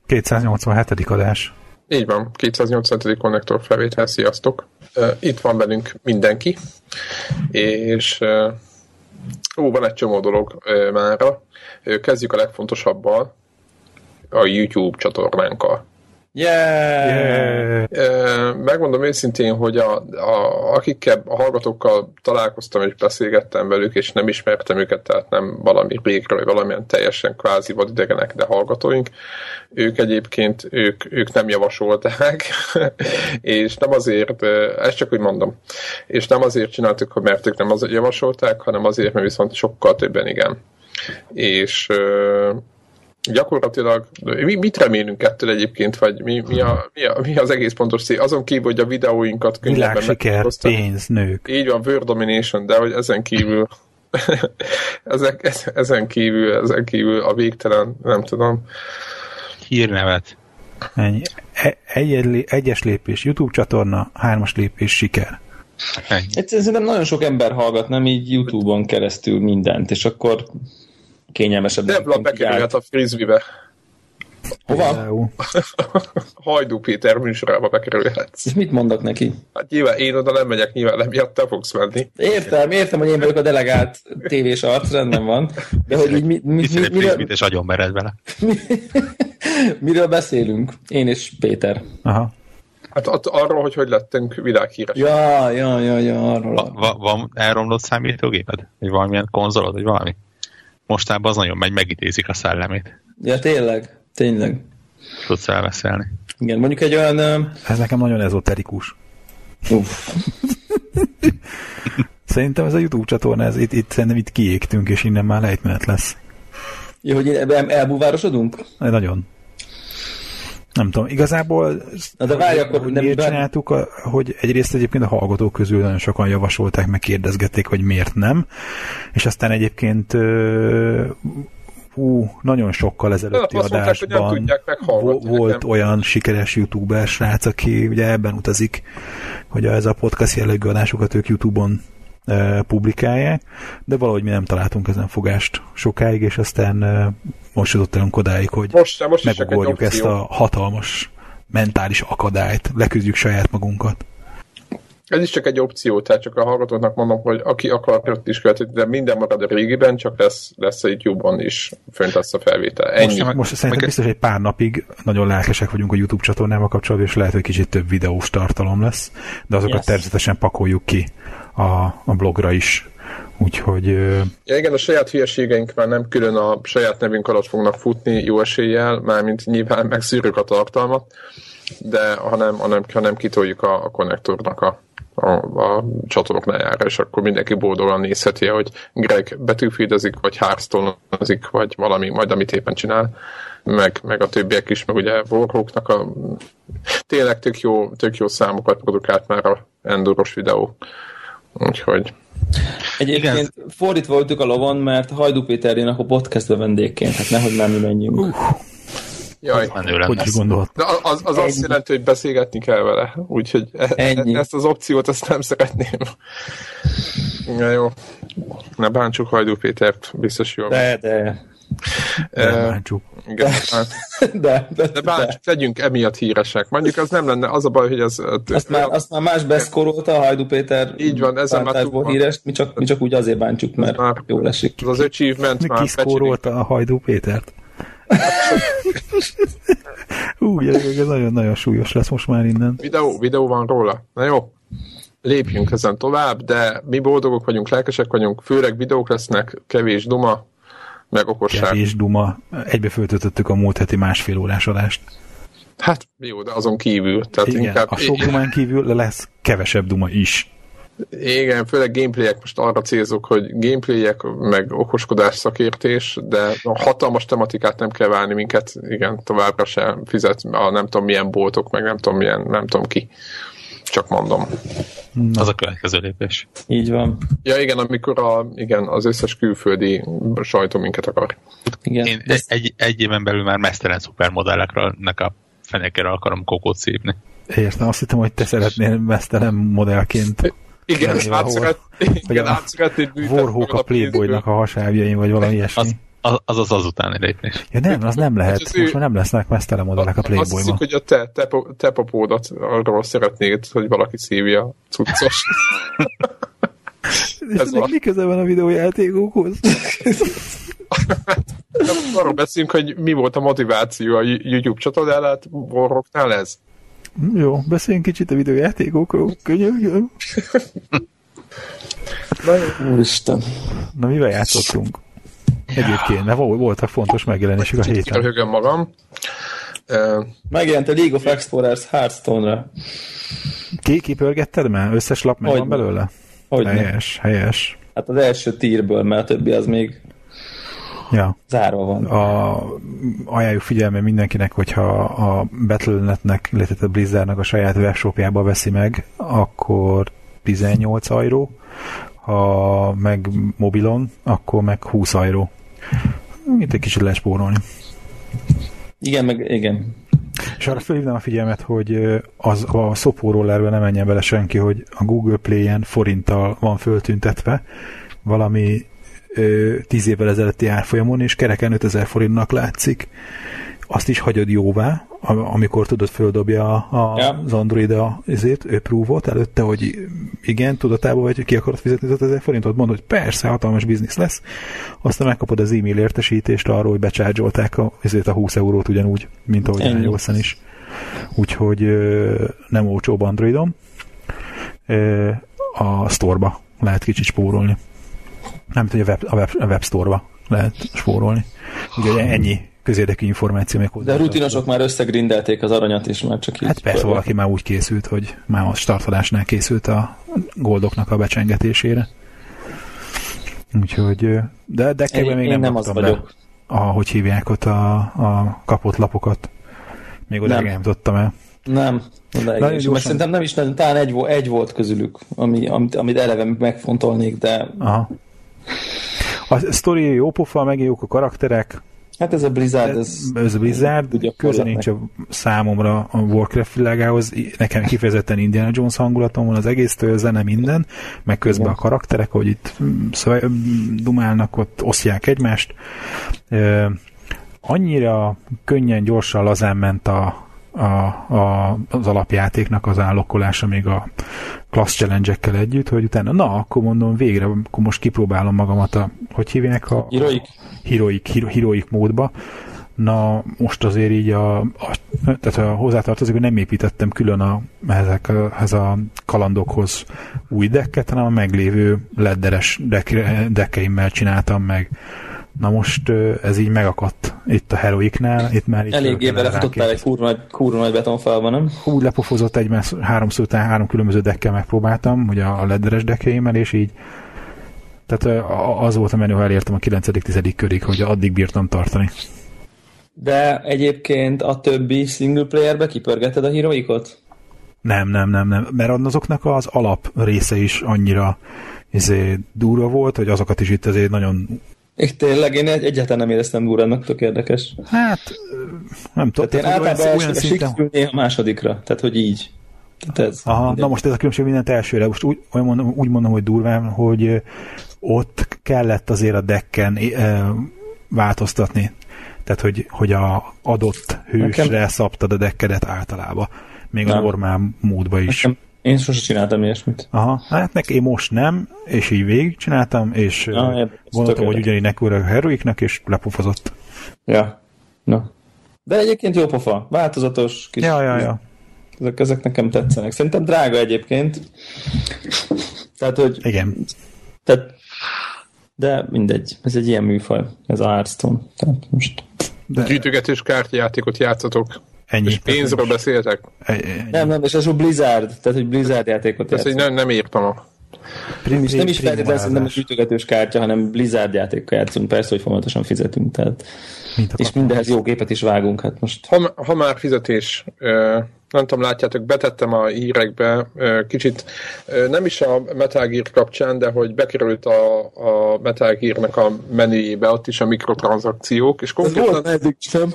287. adás. Így van, 287. konnektor felvétel, sziasztok! Itt van velünk mindenki, és van egy csomó dolog mára. Kezdjük a legfontosabbal, a YouTube csatornánkkal. Yeah! Megmondom őszintén, hogy akikkel, a hallgatókkal találkoztam és beszélgettem velük, és nem ismertem őket, tehát nem valami régről, valamilyen teljesen kvázi vadidegenek, de hallgatóink, ők egyébként, ők nem javasolták, és nem azért, ezt csak úgy mondom, és nem azért csináltuk, mert ők nem azért javasolták, hanem azért, mert viszont sokkal többen igen. És gyakorlatilag, mit remélünk ettől egyébként, vagy mi az egész pontos cél? Azon kívül, hogy a videóinkat könnyebben világsiker, pénz, nők. Így van, world domination, de hogy ezen kívül ezen kívül a végtelen, nem tudom. Hírnevet. Ennyi. Egyes lépés YouTube csatorna, 3-as lépés siker. Szerintem nagyon sok ember hallgat, nem így YouTube-on keresztül mindent, és akkor kényelmesebb. Debla bekerülhet a frisbee-be. Hova? Hajdú Péter műsorába bekerülhetsz. És mit mondok neki? Hát nyilván én oda nem megyek, nyilván emiatt te fogsz menni. Értem, hogy én vagyok a delegált tévés arc, rendben van. De hogy így miről... és agyon mered vele. Miről beszélünk? Én és Péter. Aha. Hát arról, hogy lettünk világhíresek. Ja, arról. Van elromlott számítógéped? Vagy valamilyen konzolod, vagy valami? Mostában az nagyon megy, megidézik a szellemét. Ja, tényleg. Tudsz elbeszélni. Igen, mondjuk egy olyan... Ez nekem nagyon ezoterikus. Szerintem ez a YouTube csatorna, szerintem itt kiégtünk, és innen már lejtmenet lesz. Jó, hogy elbúvárosodunk? Nagyon. Nem tudom, igazából de várj, akkor miért csináltuk, hogy egyrészt egyébként a hallgatók közül nagyon sokan javasolták, meg kérdezgették, hogy miért nem, és aztán egyébként nagyon sokkal ezelőtti adásban volt olyan sikeres youtuber srác, aki ugye ebben utazik, hogy ez a podcast jellegű adásokat ők YouTube-on publikálják, de valahogy mi nem találtunk ezen fogást sokáig, és aztán most jutottunk odáig, hogy megugorjuk ezt a hatalmas mentális akadályt, leküzdjük saját magunkat. Ez is csak egy opció, tehát csak a hallgatóknak mondom, hogy aki akar, ott is követni, de minden marad a régiben, csak lesz a YouTube-on is, fönt lesz a felvétel. Ennyi. Most szerintem biztos egy pár napig nagyon lelkesek vagyunk a YouTube csatornával kapcsolatban, és lehet, hogy kicsit több videós tartalom lesz, de azokat természetesen pakoljuk ki a blogra is. Úgyhogy... Ja, igen, a saját hülyeségeink már nem külön a saját nevünk alatt fognak futni jó eséllyel, mármint nyilván megszűrjük a tartalmat, de hanem kitoljuk a konnektornak a csatornájára, és akkor mindenki boldogan nézheti, hogy Greg betűfeedezik, vagy Hearthstone-ozik, vagy valami, majd amit éppen csinál, meg a többiek is, meg ugye Warhawknak tényleg tök jó számokat produkált már a Enduros videó. Úgyhogy... Egyébként fordítva voltunk a lovon, mert Hajdú Péter jön a podcastbe vendégként, hát nehogy már mi menjünk. Jaj, hogy gondolt? De az azt jelenti, hogy beszélgetni kell vele, úgyhogy ezt az opciót ezt nem szeretném. Ja, jó. Ne bántsuk Hajdú Pétert, biztos jó. De bántsuk. De bántsuk, legyünk emiatt híresek. Mondjuk az nem lenne, az a baj, hogy az... Azt már más beszkorolta a Hajdú Péter. Így van, ezen már túl van. Híres, mi csak úgy azért bántsuk, mert jól esik. Az achievement már... Ki szkórolta a Hajdú Pétert? Ez nagyon-nagyon súlyos lesz most már innen. Videó van róla. Na jó, lépjünk ezen tovább, de mi boldogok vagyunk, lelkesek vagyunk, főleg videók lesznek, kevés duma, meg okosság. Kevés duma. Egybe föltöltöttük a múlt heti másfél órás adást. Hát jó, de azon kívül. Tehát igen, inkább, a sok dumán kívül lesz kevesebb duma is. Igen, főleg gameplayek, most arra célzok, hogy gameplayek, meg okoskodás szakértés, de a hatalmas tematikát nem kell várni minket, igen, továbbra sem fizet a nem tudom milyen boltok, meg nem tudom ki. Csak mondom. Az a következő lépés. Így van. Ja, igen, amikor az összes külföldi sajtó minket akar. Igen. Én egy éven belül már mesztelen szupermodelleknek a fenekére akarom kokót szívni. Értem, azt hittem, hogy te szeretnél mesztelen modellként. Igen, át szeretnéd Warhawk a Playboynak a hasábjain, vagy valami ilyesmi. az utáni lépés. Ja nem, az nem lehet. Hát most már nem lesznek mesztele modellek a Playboy-ban. Azt hiszik, hogy a te papódat arról szeretnéd, hogy valaki szívja a cuccos. És ennek mi köze van a videójátékokhoz? Arról beszélünk, hogy mi volt a motiváció a YouTube csatornálát, Warrocknál ez? Jó, beszéljünk kicsit a videójátékokról. Könyörgöm. Úristen. Na, mivel játszottunk? Egyébként, mert voltak fontos megjelenések a héten. Röhögöm magam. Megjelent a League of Explorers Hearthstone-ra. Kipörgetted már? Összes lap meg van belőle? Helyes. Hát az első tierből, mert a többi az még zárva van. Ajánljuk figyelme mindenkinek, hogyha a Battle.net-nek, illetve a Blizzardnak a saját webshopjába veszi meg, akkor 18 euró, ha meg mobilon, akkor meg 20 euró. Itt egy kicsit lespórolni. Igen. És arra felhívnám a figyelmet, hogy a szopórollerbe nem menjen bele senki, hogy a Google Play-en forinttal van föltüntetve valami 10 évvel ezelőtti árfolyamon, és kereken 5000 forintnak látszik. Azt is hagyod jóvá, amikor tudod, földobja az Android approve-ot előtte, hogy igen, tudatában vagy, hogy ki akarod fizetni 5000 forintot, mondod, hogy persze, hatalmas biznisz lesz, aztán megkapod az e-mail értesítést arról, hogy becsárgyolták a 20 eurót ugyanúgy, mint ahogy iOS-en is. Úgyhogy nem olcsóbb Androidon. A store-ba lehet kicsit spórolni. Nem tudom, hogy a web store-ba lehet spórolni. Ugye ennyi közérdekű információ még hozzá. De a rutinosok már összegrindelték az aranyat, és már csak így... Hát persze, valaki már úgy készült, hogy már a startolásnál készült a goldoknak a becsengetésére. Úgyhogy... De deckekben még nem kaptam be, ahogy hívják ott a kapott lapokat. Még oda nem tudtam el. Nem. Mert szerintem nem is, talán egy volt közülük, amit eleve megfontolnék, de... Aha. A sztori jó pofa, meg jók a karakterek. Hát ez a Blizzard, ez a Blizzard, köze nincs a számomra a Warcraft világához, nekem kifejezetten Indiana Jones hangulatom van az egésztől, zene minden, meg közben a karakterek, hogy itt dumálnak, ott osztják egymást. Annyira könnyen, gyorsan, lazán ment az alapjátéknak az állokkolása még a class challenge-ekkel együtt, hogy utána, akkor mondom, végre, akkor most kipróbálom magamat hogy hívják a heroic módba. Na, most azért így tehát hozzátartozik, hogy nem építettem külön ehhez a kalandokhoz új decket, hanem a meglévő ledderes deckeimmel csináltam meg. Na most ez így megakadt itt a Heroicnál. Eléggé belefutottál egy kurva nagy betonfalba, nem? Úgy lepofozott egymás 3 különböző deckkel megpróbáltam, ugye a ledderes deckeimmel, és így tehát az volt a menü, ha elértem a 9.-10. körig, hogy addig bírtam tartani. De egyébként a többi single playerbe kipörgetted a Heroicot? Nem, mert azoknak az alap része is annyira durva volt, hogy azokat is itt azért nagyon... Tényleg, én egyáltalán nem éreztem durvának, tök érdekes. Hát, nem tudom. Tehát én általában sikerülnék a másodikra, tehát hogy így. Tehát ez, aha, na most ez a különbség mindent elsőre. Most úgy mondom, hogy durván, hogy ott kellett azért a decken változtatni. Tehát, hogy a adott hősre szabtad a deckedet általában. Még nem. A normál módba is. Én sosem csináltam ilyesmit. Aha, hát én most nem, és így végig csináltam, és gondoltam, hogy ugyanígy nekül a Heroicnak, és lepofozott. Ja, na. De egyébként jó pofa, változatos, kis... Ja. Ezek nekem tetszenek. Szerintem drága egyébként. Tehát, hogy... Igen. De mindegy, ez egy ilyen műfaj, ez a Hearthstone. Tehát most... Gyűjtögetős kártyajátékot játszatok. Ennyi. És pénzről beszéltek? Nem, és ez a Blizzard, tehát hogy Blizzard játékot játszott. Ezt nem írtam. Nem is feltétlenül szerintem a gyűjtögetős kártya, hanem Blizzard játékkal játszunk, persze, hogy folyamatosan fizetünk, tehát és mindenhez jó gépet is vágunk, hát most. Ha már fizetés, nem tudom, látjátok, betettem a hírekbe, kicsit nem is a Metal Gear kapcsán, de hogy bekerült a Metal Gear-nek a menüjébe, ott is a mikrotranszakciók, és konkrétan... Ez volt eddig sem.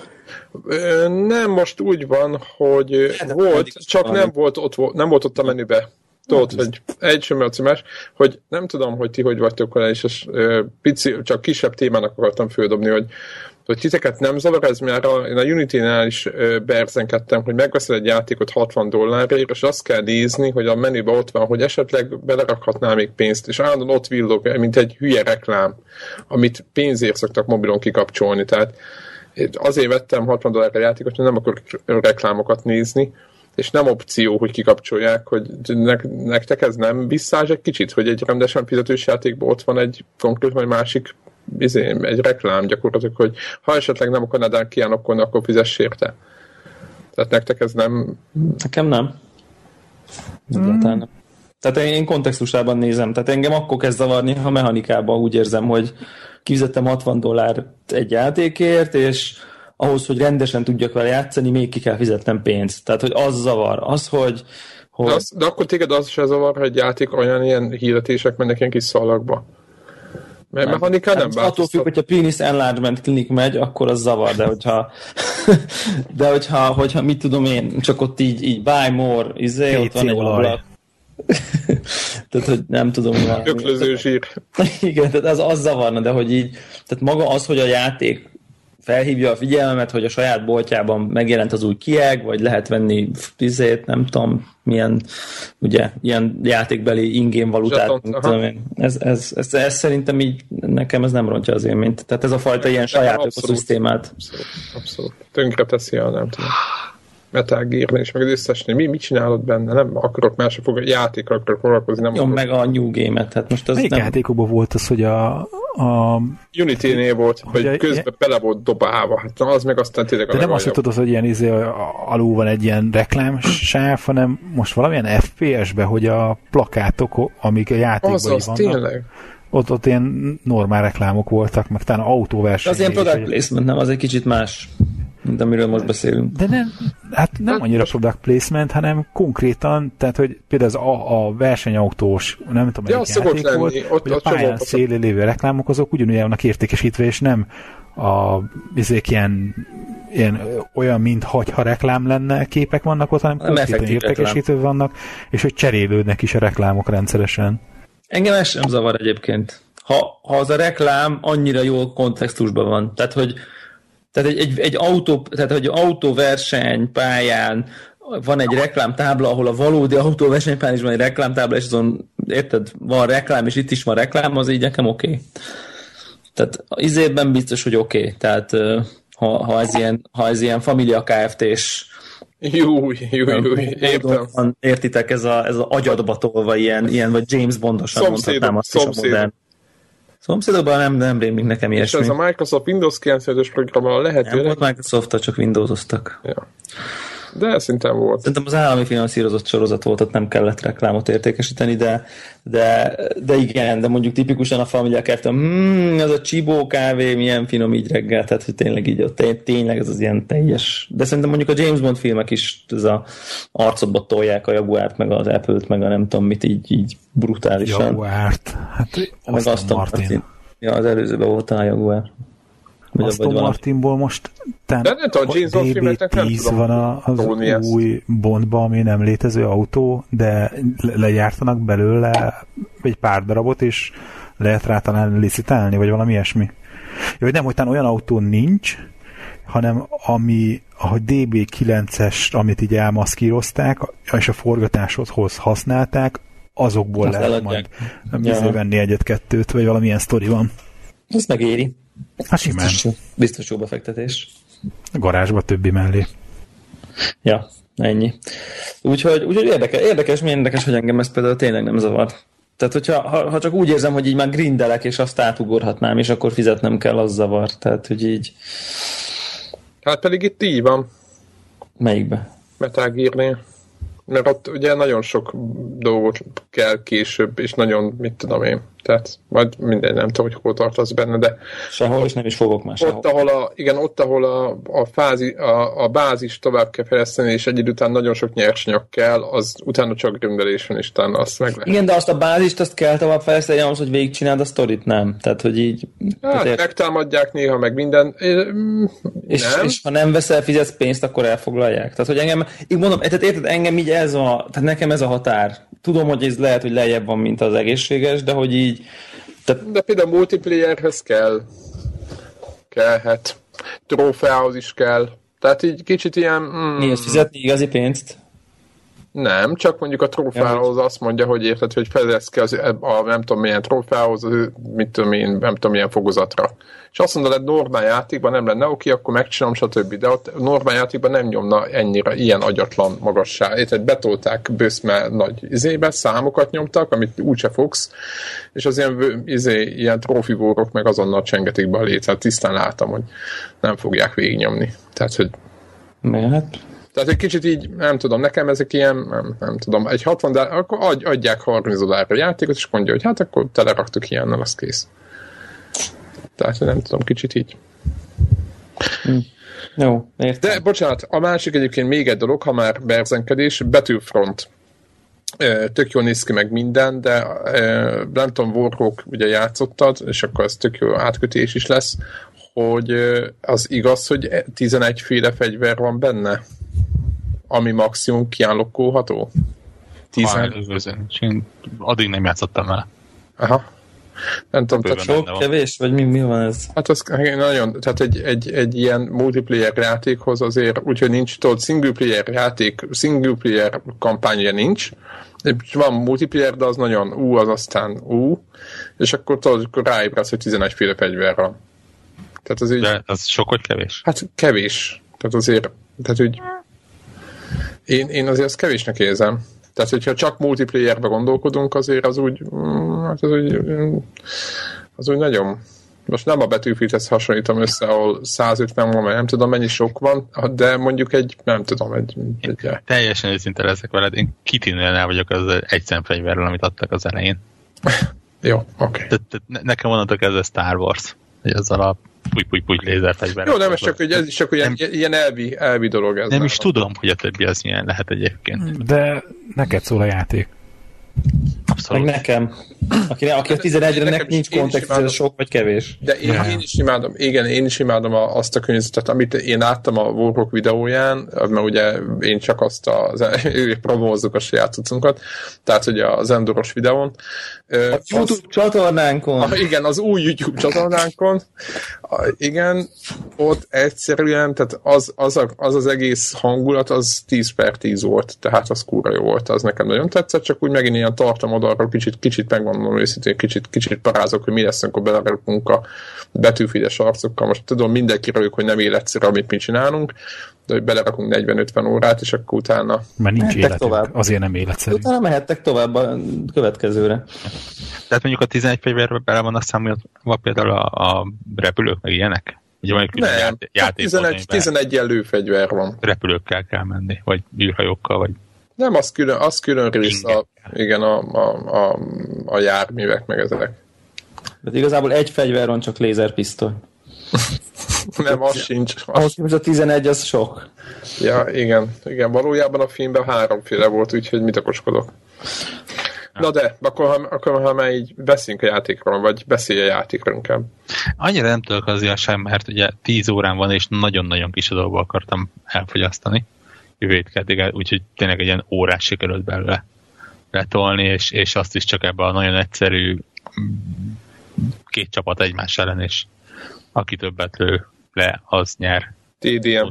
Nem, most úgy van, hogy volt, csak nem volt ott a menübe. tudod, hogy egy sem címás, hogy nem tudom, hogy ti hogy vagytok vele, és pici, csak kisebb témának akartam földobni, hogy titeket nem zavar ez, mert én a Unity-nál is berzenkedtem, hogy megveszel egy játékot $60, és azt kell nézni, hogy a menüben ott van, hogy esetleg belerakhatnál még pénzt, és állandóan ott villog, mint egy hülye reklám, amit pénzért szoktak mobilon kikapcsolni. Tehát azért vettem $60 játékot, hogy nem akarok reklámokat nézni, és nem opció, hogy kikapcsolják, hogy nektek ez nem visszás egy kicsit, hogy egy rendesen fizetős játékban ott van egy konkrét vagy másik egy reklám gyakorlatilag, hogy ha esetleg nem akarnád kiánokolni, akkor fizess érte. Tehát nektek ez nem... Nekem nem. Nem. Tehát én kontextusában nézem. Tehát engem akkor kezd zavarni, ha mechanikában úgy érzem, hogy kifizettem $60 egy játékért, és ahhoz, hogy rendesen tudjak vele játszani, még ki kell fizetnem pénzt. Tehát, hogy az zavar. Az, hogy... De akkor téged az se zavar, hogy egy játék olyan ilyen hirdetések mennek ilyen kis szalagba. Mert mechanikán nem változtat. Attól függ, hogyha Penis Enlargement Clinic megy, akkor az zavar, de hogyha mit tudom én, csak ott így buy more, ott van egy ablak. Tehát, hogy nem tudom. Öklöző zsír. Igen, tehát az zavarna, de hogy így, tehát maga az, hogy a játék felhívja a figyelmemet, hogy a saját boltjában megjelent az új kieg, vagy lehet venni nem tudom, milyen ugye, ilyen játékbeli in-game valutát. Ez szerintem így, nekem ez nem rontja az élményt. Tehát ez a fajta ilyen saját ökoszisztémát. Abszolút. Tönkre teszi a nem tudom. Metal Gear-ben is, meg az összesnél. Mit csinálod benne? Nem akarok másra játékkal akarok foglalkozni. Nem akarok. Meg a New Game-et. Hát most az melyik nem... játékokban volt az, hogy a Unity-nél volt, hogy közben bele volt dobálva. Hát az meg aztán tényleg de nem azt tudod, hogy ilyen alul van egy ilyen reklámsáv, hanem most valamilyen FPS-be, hogy a plakátok, amik a játékban vannak. Tényleg. Ott ilyen normál reklámok voltak, meg talán autóverseny. Az ilyen product placement, nem? Az egy kicsit más, mint amiről most beszélünk. De nem annyira product placement, hanem konkrétan, tehát, hogy például a versenyautós, nem tudom, melyik játék volt, hogy a pályán szélén lévő reklámok, azok ugyanúgy vannak értékesítve, és nem ezek ilyen olyan, mintha reklám lenne, képek vannak ott, hanem konkrétan értékesítve vannak, és hogy cserélődnek is a reklámok rendszeresen. Engem ez sem zavar egyébként. Ha az a reklám annyira jól kontextusban van. Tehát, hogy egy autóverseny pályán van egy reklámtábla, ahol a valódi autóversenypályán is van egy reklámtábla, és azon, érted, van reklám, és itt is van reklám, az így nekem oké. Tehát izében biztos, hogy oké. Tehát ha ez ilyen Familia Kft-s Júj, értitek, ez az agyadba tolva ilyen vagy James Bondosan mondhatnám azt is a modern. Szomszédokban nem rémlik nekem ilyesmi. És ez a Microsoft Windows 95-ös programmal lehetőleg... Nem volt Microsoft-tal, csak Windowsoztak. Ja. De szerintem volt. Szerintem az állami finanszírozott sorozat volt, ott nem kellett reklámot értékesíteni, de igen, de mondjuk tipikusan a Familia Kft. Az a Csibó kávé, milyen finom így reggel, tehát hogy tényleg így ott, tényleg ez az ilyen teljes. De szerintem mondjuk a James Bond filmek is ez a arcodba tolják a Jaguárt, meg az Apple-t, meg a nem tudom mit így brutálisan. Jaguárt? Hát Aston Martin. Ja, az előzőben volt a Jaguár. Aston Martinból most DB10 van az új Bondban, ami nem létező autó, de legyártanak belőle egy pár darabot, és lehet rá talán licitálni, vagy valami ilyesmi. Jó, hogy nem, hogy talán olyan autó nincs, hanem ahogy DB9-es, amit így elmaszkírozták, és a forgatáshoz használták, azokból lehet majd venni egyet-kettőt, vagy valamilyen sztori van. Ez megéri. Hát simán. Biztos jó befektetés. A garázsba többi mellé. Ja, ennyi. Úgyhogy érdekes, hogy engem ez például tényleg nem zavar. Tehát, hogyha ha csak úgy érzem, hogy így már grindelek, és azt átugorhatnám, és akkor fizetnem kell, az zavar. Tehát, hogy így... Hát pedig itt így van. Melyikbe? Metal Gear-nél. Mert ott ugye nagyon sok dolgot kell később, és nagyon, mit tudom én. Tehát majd mindegy, nem tudom, hogy hol tartasz benne, de... Sehol, és nem is fogok már sehol. Ott, ahol a bázis tovább kell fejleszteni, és egy idő után nagyon sok nyersanyag kell, az utána csak grindelés van, és utána azt meg lehet. Igen, de azt a bázist, azt kell tovább fejleszteni, ahhoz, hogy végigcsináld a sztorit, nem? Tehát, hogy így... Hát, megtámadják néha, meg minden. És ha nem veszel, fizetsz pénzt, akkor elfoglalják. Tehát, hogy engem, így mondom, tehát érted, engem így tehát nekem ez a határ. tudom, hogy ez lehet, hogy lejjebb van, mint az egészséges, de hogy így... De például multiplayerhez kellhet. Trófeához is kell. Tehát így kicsit ilyen... Miért fizetni igazi pénzt? Nem, csak mondjuk a trófeához azt mondja, hogy érted, hogy fedez ki a nem tudom milyen trófeához, mit tudom én, nem tudom milyen fokozatra. És azt mondod, hogy normál játékban nem lenne oké, akkor megcsinálom, stb. De ott normál játékban nem nyomna ennyire ilyen agyatlan magasság. Érted, betolták bőszme nagy izébe, számokat nyomtak, amit úgyse fogsz, és az ilyen trófivórok meg azonnal csengetik be a létre. Tisztán láttam, hogy nem fogják végignyomni. Tehát, hogy... Miért? Tehát egy kicsit így, nem tudom, nekem ezek ilyen, nem tudom, egy 60, de akkor adják $30 a játékot, és mondja, hogy hát akkor teleraktuk ilyennel, az kész. Tehát nem tudom, kicsit így. Jó, értem. De bocsánat, a másik egyébként még egy dolog, ha már berzenkedés, Battlefront. Tök jól néz ki meg minden, de nem tudom, Warhawk ugye játszottad, és akkor ez tök jó átkötés is lesz, hogy az igaz, hogy 11 féle fegyver van benne? Ami maximum kiállokkolható? 10. Én addig nem játszottam vele. Aha. Nem tudom, tehát sok, kevés? Vagy mi van ez? Hát az nagyon, tehát egy ilyen multiplayer játékhoz azért, úgyhogy nincs, tudod, single player kampánya nincs, van multiplayer, de az nagyon az aztán és akkor tudod, akkor ráébredsz, hogy 11 féle fegyver van. Tehát az így, de az sok, hogy kevés? Hát kevés. Tehát azért, tehát úgy én azért azt kevésnek érzem. Tehát, hogyha csak multiplayerbe gondolkodunk, azért az úgy, az úgy nagyon... Most nem a Battlefieldhez hasonlítom össze, ahol 150 van, nem tudom, mennyi sok van, de mondjuk teljesen őszinte leszek veled, én kitűnően el vagyok az egy szemfegyverrel, amit adtak az elején. Jó, oké. Nekem onnantól kezdve Star Wars, hogy azzal a puty lézerfegyver. Jó, nem, ez csak ilyen elvi dolog. Ez nem is tudom, hogy a többi az milyen lehet egyébként. De neked szól a játék. Abszolút. Meg nekem. Aki a 11-re nincs kontext, ez sok vagy kevés. De én is imádom, igen, én is imádom azt a környezetet, amit én láttam a Warhawk videóján, mert ugye én csak azt promózzuk a saját cuccunkat, tehát ugye az Enduros videón. A YouTube csatornánkon. Igen, az új YouTube csatornánkon. Igen, ott egyszerűen, tehát az egész hangulat, az 10/10 volt, tehát az kurva jó volt, az nekem nagyon tetszett, csak úgy megint ilyen tartom oda, kicsit megmondom őszintén, kicsit parázok, hogy mi lesz, amikor belerakunk a betűfides arcokkal. Most tudom, mindenki rajjuk, hogy nem életszerű, amit mi csinálunk, de hogy belerakunk 40-50 órát, és akkor utána... Mert nincs életünk, azért nem életszerű. Utána mehettek tovább a következőre. Tehát mondjuk a 11 fegyverbe bele vannak számolva például a repülők, meg ilyenek? Nem, 11 lőfegyver van. Repülőkkel kell menni, vagy űrhajókkal, vagy... Nem, az külön rész a járművek, meg ezek. De igazából egy fegyver van, csak lézerpisztoly. Nem, az sincs. Ahhoz képest a 11 az sok. Ja, igen. Valójában a filmben 3 féle volt, úgyhogy mit okoskodok. Na de, akkor ha már így beszéljünk a játékról, vagy beszélj a játékról inkább. Annyira nem tudok azért sem, mert ugye 10 órán van, és nagyon-nagyon kis dolgokba akartam elfogyasztani jövő keddig, úgyhogy tényleg egy ilyen órás sikerült belőle letolni, és azt is csak ebben a nagyon egyszerű 2 csapat egymás ellen, és aki többet lő le, az nyer. TDM.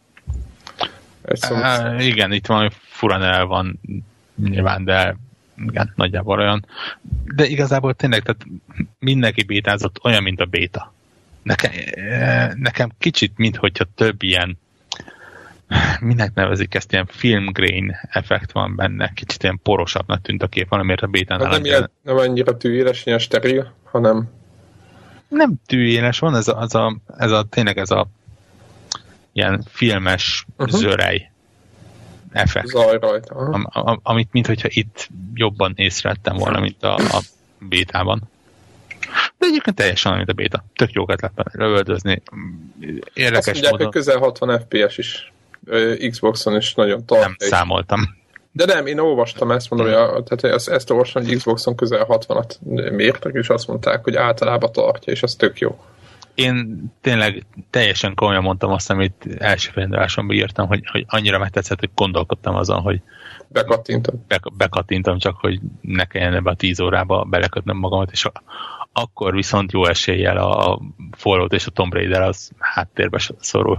Igen, itt valami furan el van nyilván, de igen, nagyjából olyan. De igazából tényleg, tehát mindenki bétázott olyan, mint a béta. Nekem kicsit, minthogyha több ilyen, minek nevezik ezt, ilyen filmgrain effekt van benne, kicsit ilyen porosabbnak tűnt a kép, valamiért a bétánál. Nem annyira tűéles, ilyen steril, hanem nem tűéles, van ez a tényleg ez a ilyen filmes zörej effekt. Zaj rajta. Amit minthogyha itt jobban észrevettem volna, mint a bétában. De egyébként teljesen olyan, mint a béta. Tök jókat lehet lövöldözni. Érdekes azt mondják, módon. Hogy közel 60 FPS is. Xboxon is nagyon tart. Nem számoltam. De nem, én olvastam ezt, mondom, tehát ezt olvastam, hogy Xboxon közel 60-at mértek, és azt mondták, hogy általában tartja, és az tök jó. Én tényleg teljesen komolyan mondtam azt, amit első fényelásomban írtam, hogy annyira megtetszett, hogy gondolkodtam azon, hogy Bekattintom, csak hogy ne kelljen ebbe a 10 órába belekötnöm magamat, és akkor viszont jó eséllyel a Fallout és a Tomb Raider az háttérbe szorul.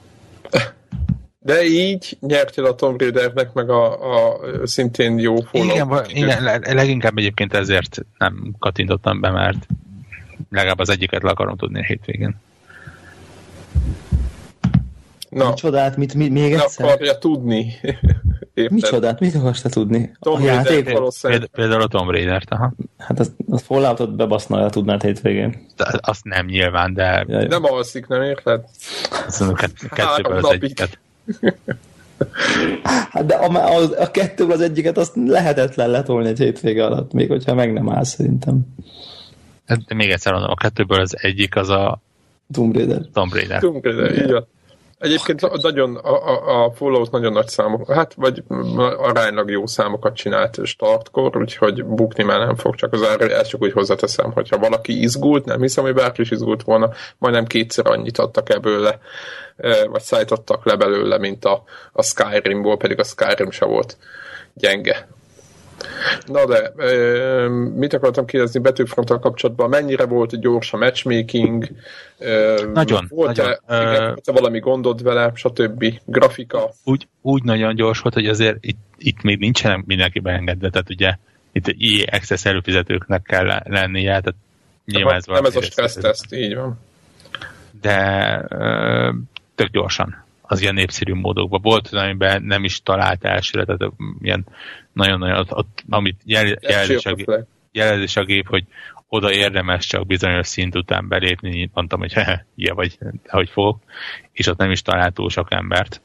De így nyertél a Tomb Raidernek, meg a szintén jó Fallout. Igen, leginkább egyébként ezért nem kattintottam be, mert legalább az egyiket le akarom tudni a hétvégén. Micsodát? Még egyszer? Akarja tudni. Micsodát? Mit akarsz te tudni? Tomb Raider például a Tomb Raider-t, aha. Hát az Falloutot bebaszna, el tudnád hétvégén. Azt nem nyilván, de... Nem alszik, nem érted? Kettőből az egyiket. Hát de a kettőből az egyiket azt lehetetlen letolni egy hétvége alatt, még hogyha meg nem áll szerintem. De még egyszer mondom, a kettőből az egyik az a Tomb Raider. Tomb Raider, így van. Egyébként nagyon, a Fallout nagyon nagy számok, hát vagy aránylag jó számokat csinált startkor, úgyhogy bukni már nem fog, csak ezt csak úgy hozzáteszem, hogyha valaki izgult, nem hiszem, hogy bárki is izgult volna, majdnem 2-szer annyit adtak ebből vagy szállítottak le belőle, mint a Skyrimból, pedig a Skyrim se volt gyenge. Na de, mit akartam kérdezni Battlefronttal kapcsolatban? Mennyire volt gyors a matchmaking? Nagyon. Volt-e valami gondod vele, stb. Grafika? Úgy nagyon gyors volt, hogy azért itt még nincsenek mindenki beengedve, tehát ugye itt EA Access előfizetőknek kell lennie, tehát nyilván ez nem ez a stressz teszt, így van. De tök gyorsan. Az ilyen népszerű módokban volt, amiben nem is talált elsőre, tehát ilyen nagyon-nagyon, amit jelzés a gép, hogy oda érdemes csak bizonyos szint után belépni, mondtam, hogy ilyen vagy, hogy fogok, és ott nem is talált túl sok embert.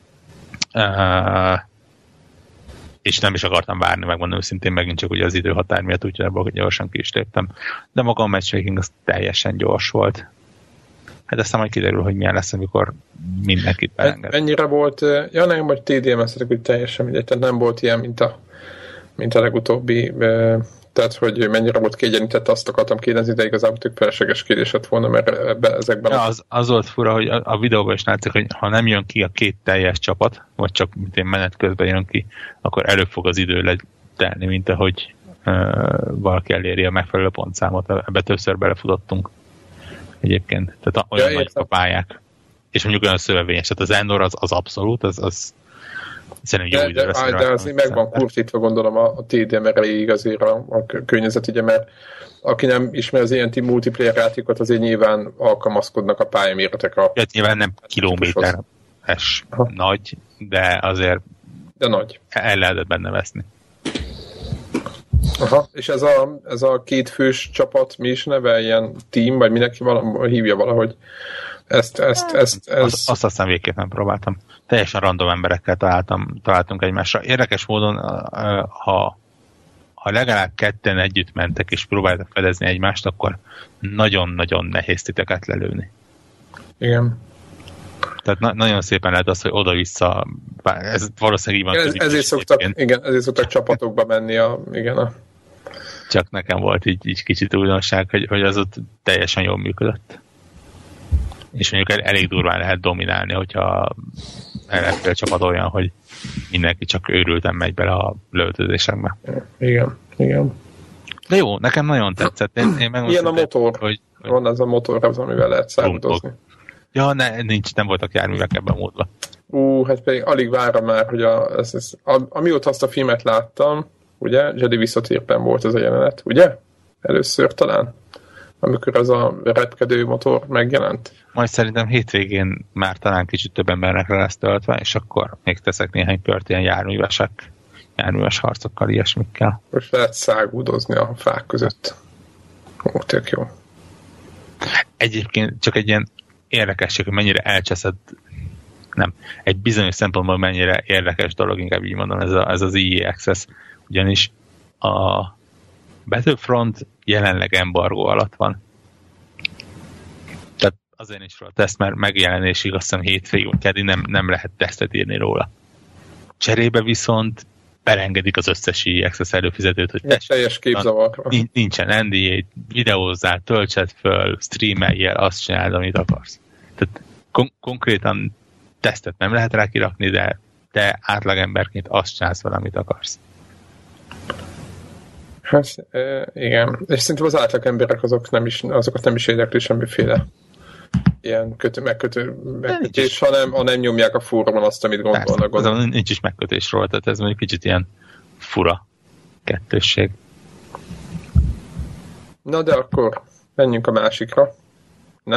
És nem is akartam várni, megmondom őszintén, megint csak ugye az időhatár miatt, úgyhogy ebből gyorsan ki is léptem. De maga a matchmaking az teljesen gyors volt. Hát aztán majd kiderül, hogy milyen lesz, amikor mindenkit beenged. Mennyire volt, ja nem, vagy TDMS-etek, hogy teljesen mindegy, tehát nem volt ilyen, mint a legutóbbi, tehát hogy mennyire volt kiegyenített, azt akartam kérdezni, de igazából tök felesleges kérdésed volna, mert ezekben... Ja, az volt fura, hogy a videóban is látszik, hogy ha nem jön ki a 2 teljes csapat, vagy csak mint én menet közben jön ki, akkor előbb fog az idő letelni, mint ahogy valaki eléri a megfelelő pontszámot. Ebbe többször belefutottunk egyébként. Tehát olyan nagy a pályák. És mondjuk olyan szövevényes. Tehát az Endor az abszolút, az szerintem jó időre szépen. De azért meg van kurtítva, gondolom a TDM erejéig azért a környezet, ugye, mert aki nem ismer az ilyen multiplayer játékot, azért nyilván alkalmazkodnak a pályaméretek. Hát nyilván nem kilométeres nagy, de azért nagy. El lehetett benne veszni. Aha, és ez a 2 fős csapat mi is neve? Ilyen team, vagy mindenki hívja valahogy? Ezt. Azt aztán végképp nem próbáltam. Teljesen random emberekkel találtunk egymásra. Érdekes módon, ha legalább 2 együtt mentek és próbáltak fedezni egymást, akkor nagyon-nagyon nehéz titeket lelőni. Igen. Tehát nagyon szépen lehet az, hogy oda-vissza, ez valószínűleg így van. Ezért szoktak csapatokba menni Csak nekem volt így kicsit újdonság, hogy az ott teljesen jól működött. És mondjuk elég durván lehet dominálni, hogyha ellenfél csapat olyan, hogy mindenki csak őrülten megy bele a lövöldözésekbe. Igen. De jó, nekem nagyon tetszett. Ilyen a motor. Hogy van ez a motor, amivel lehet szállítozni. Ja, nem voltak járművek ebben a módban. Hát pedig alig várom már, hogy amióta azt a filmet láttam, ugye, Jedi visszatérben volt ez a jelenet, ugye? Először talán, amikor ez a repkedő motor megjelent. Majd szerintem hétvégén már talán kicsit több embernek lesz töltve, és akkor még teszek néhány kört ilyen járműves harcokkal, ilyesmikkel. Most lehet szágúdozni a fák között. Tök jó. Egyébként csak egy ilyen érdekesség, hogy mennyire elcseszett, nem, egy bizonyos szempontból mennyire érdekes dolog, inkább így mondom, ez az EA Access, ugyanis a Battlefront jelenleg embargó alatt van. Tehát azért nincs róla teszt, mert megjelenésig azt hiszem hétfőig, keddi nem lehet tesztet írni róla. Cserébe viszont belengedik az összes EA Access előfizetőt, hogy teljes képzavar. Nincsen NDA, videózzál, töltsed föl, streameljél, azt csináld, amit akarsz. Tehát konkrétan tesztet nem lehet rá kirakni, de te átlagemberként azt csinálsz vele, amit akarsz. Hát, igen. És szerintem az átlagemberek azokat nem is érdekli semmiféle ilyen megkötés, hanem nyomják a fórumon azt, amit gondolnak. Persze, nincs is megkötésről, tehát ez mondjuk kicsit ilyen fura kettősség. Na de akkor menjünk a másikra. Ne?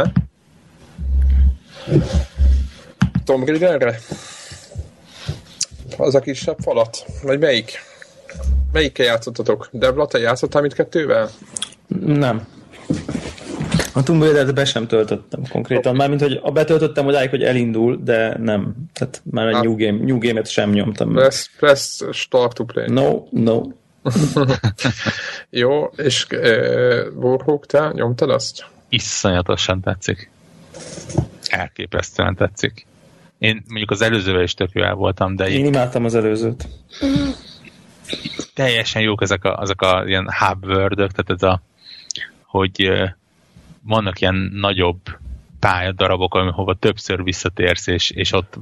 Tomb Raiderre? Az a kisebb falat? Vagy melyik? Melyikkel játszottatok? Debla, te játszottál mindkettővel? Nem. A Tomb Raider-t be sem töltöttem konkrétan. Mármint, hogy betöltöttem odáig, hogy elindul, de nem. Tehát már egy New Game-et sem nyomtam. Press start to play. No. Jó, és Warhawk, te nyomtad azt? Iszonyatosan tetszik. Elképesztően tetszik. Én mondjuk az előzővel is tök jól voltam, de... Én imádtam az előzőt. Teljesen jók azok a ilyen hub word-ök, tehát hogy vannak ilyen nagyobb pályadarabok, ahova többször visszatérsz, és ott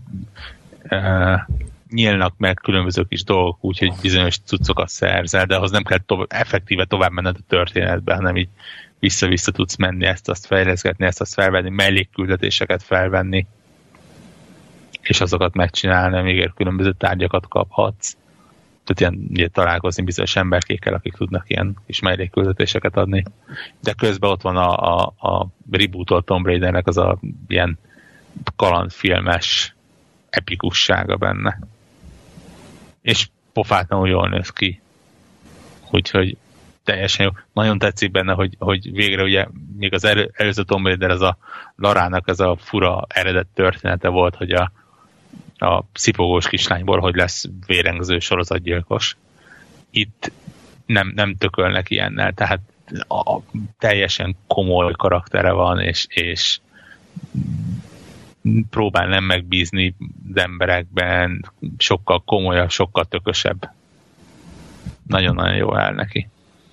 nyílnak meg különböző kis dolgok, úgyhogy bizonyos cuccokat szerzel, de ahhoz nem kell effektíve tovább menned a történetbe, hanem így vissza-vissza tudsz menni, ezt-azt fejleszgetni, ezt-azt felvenni, mellékküldetéseket felvenni, és azokat megcsinálni, amíg különböző tárgyakat kaphatsz. Tehát ilyen találkozni bizonyos emberkékkel, akik tudnak ilyen kis mellékküldetéseket adni. De közben ott van a rebootolt Tomb Raidernek az a ilyen kalandfilmes epikussága benne. És pofátlanul jól néz ki. Úgyhogy teljesen jó. Nagyon tetszik benne, hogy végre ugye még az előző Tomb Raider ez a Larának ez a fura eredet története volt, hogy a szipogós kislányból, hogy lesz vérengző sorozatgyilkos. Itt nem tökölnek ilyennel, tehát teljesen komoly karaktere van, és próbál nem megbízni az emberekben, sokkal komolyabb, sokkal tökösebb. Nagyon-nagyon jó áll neki.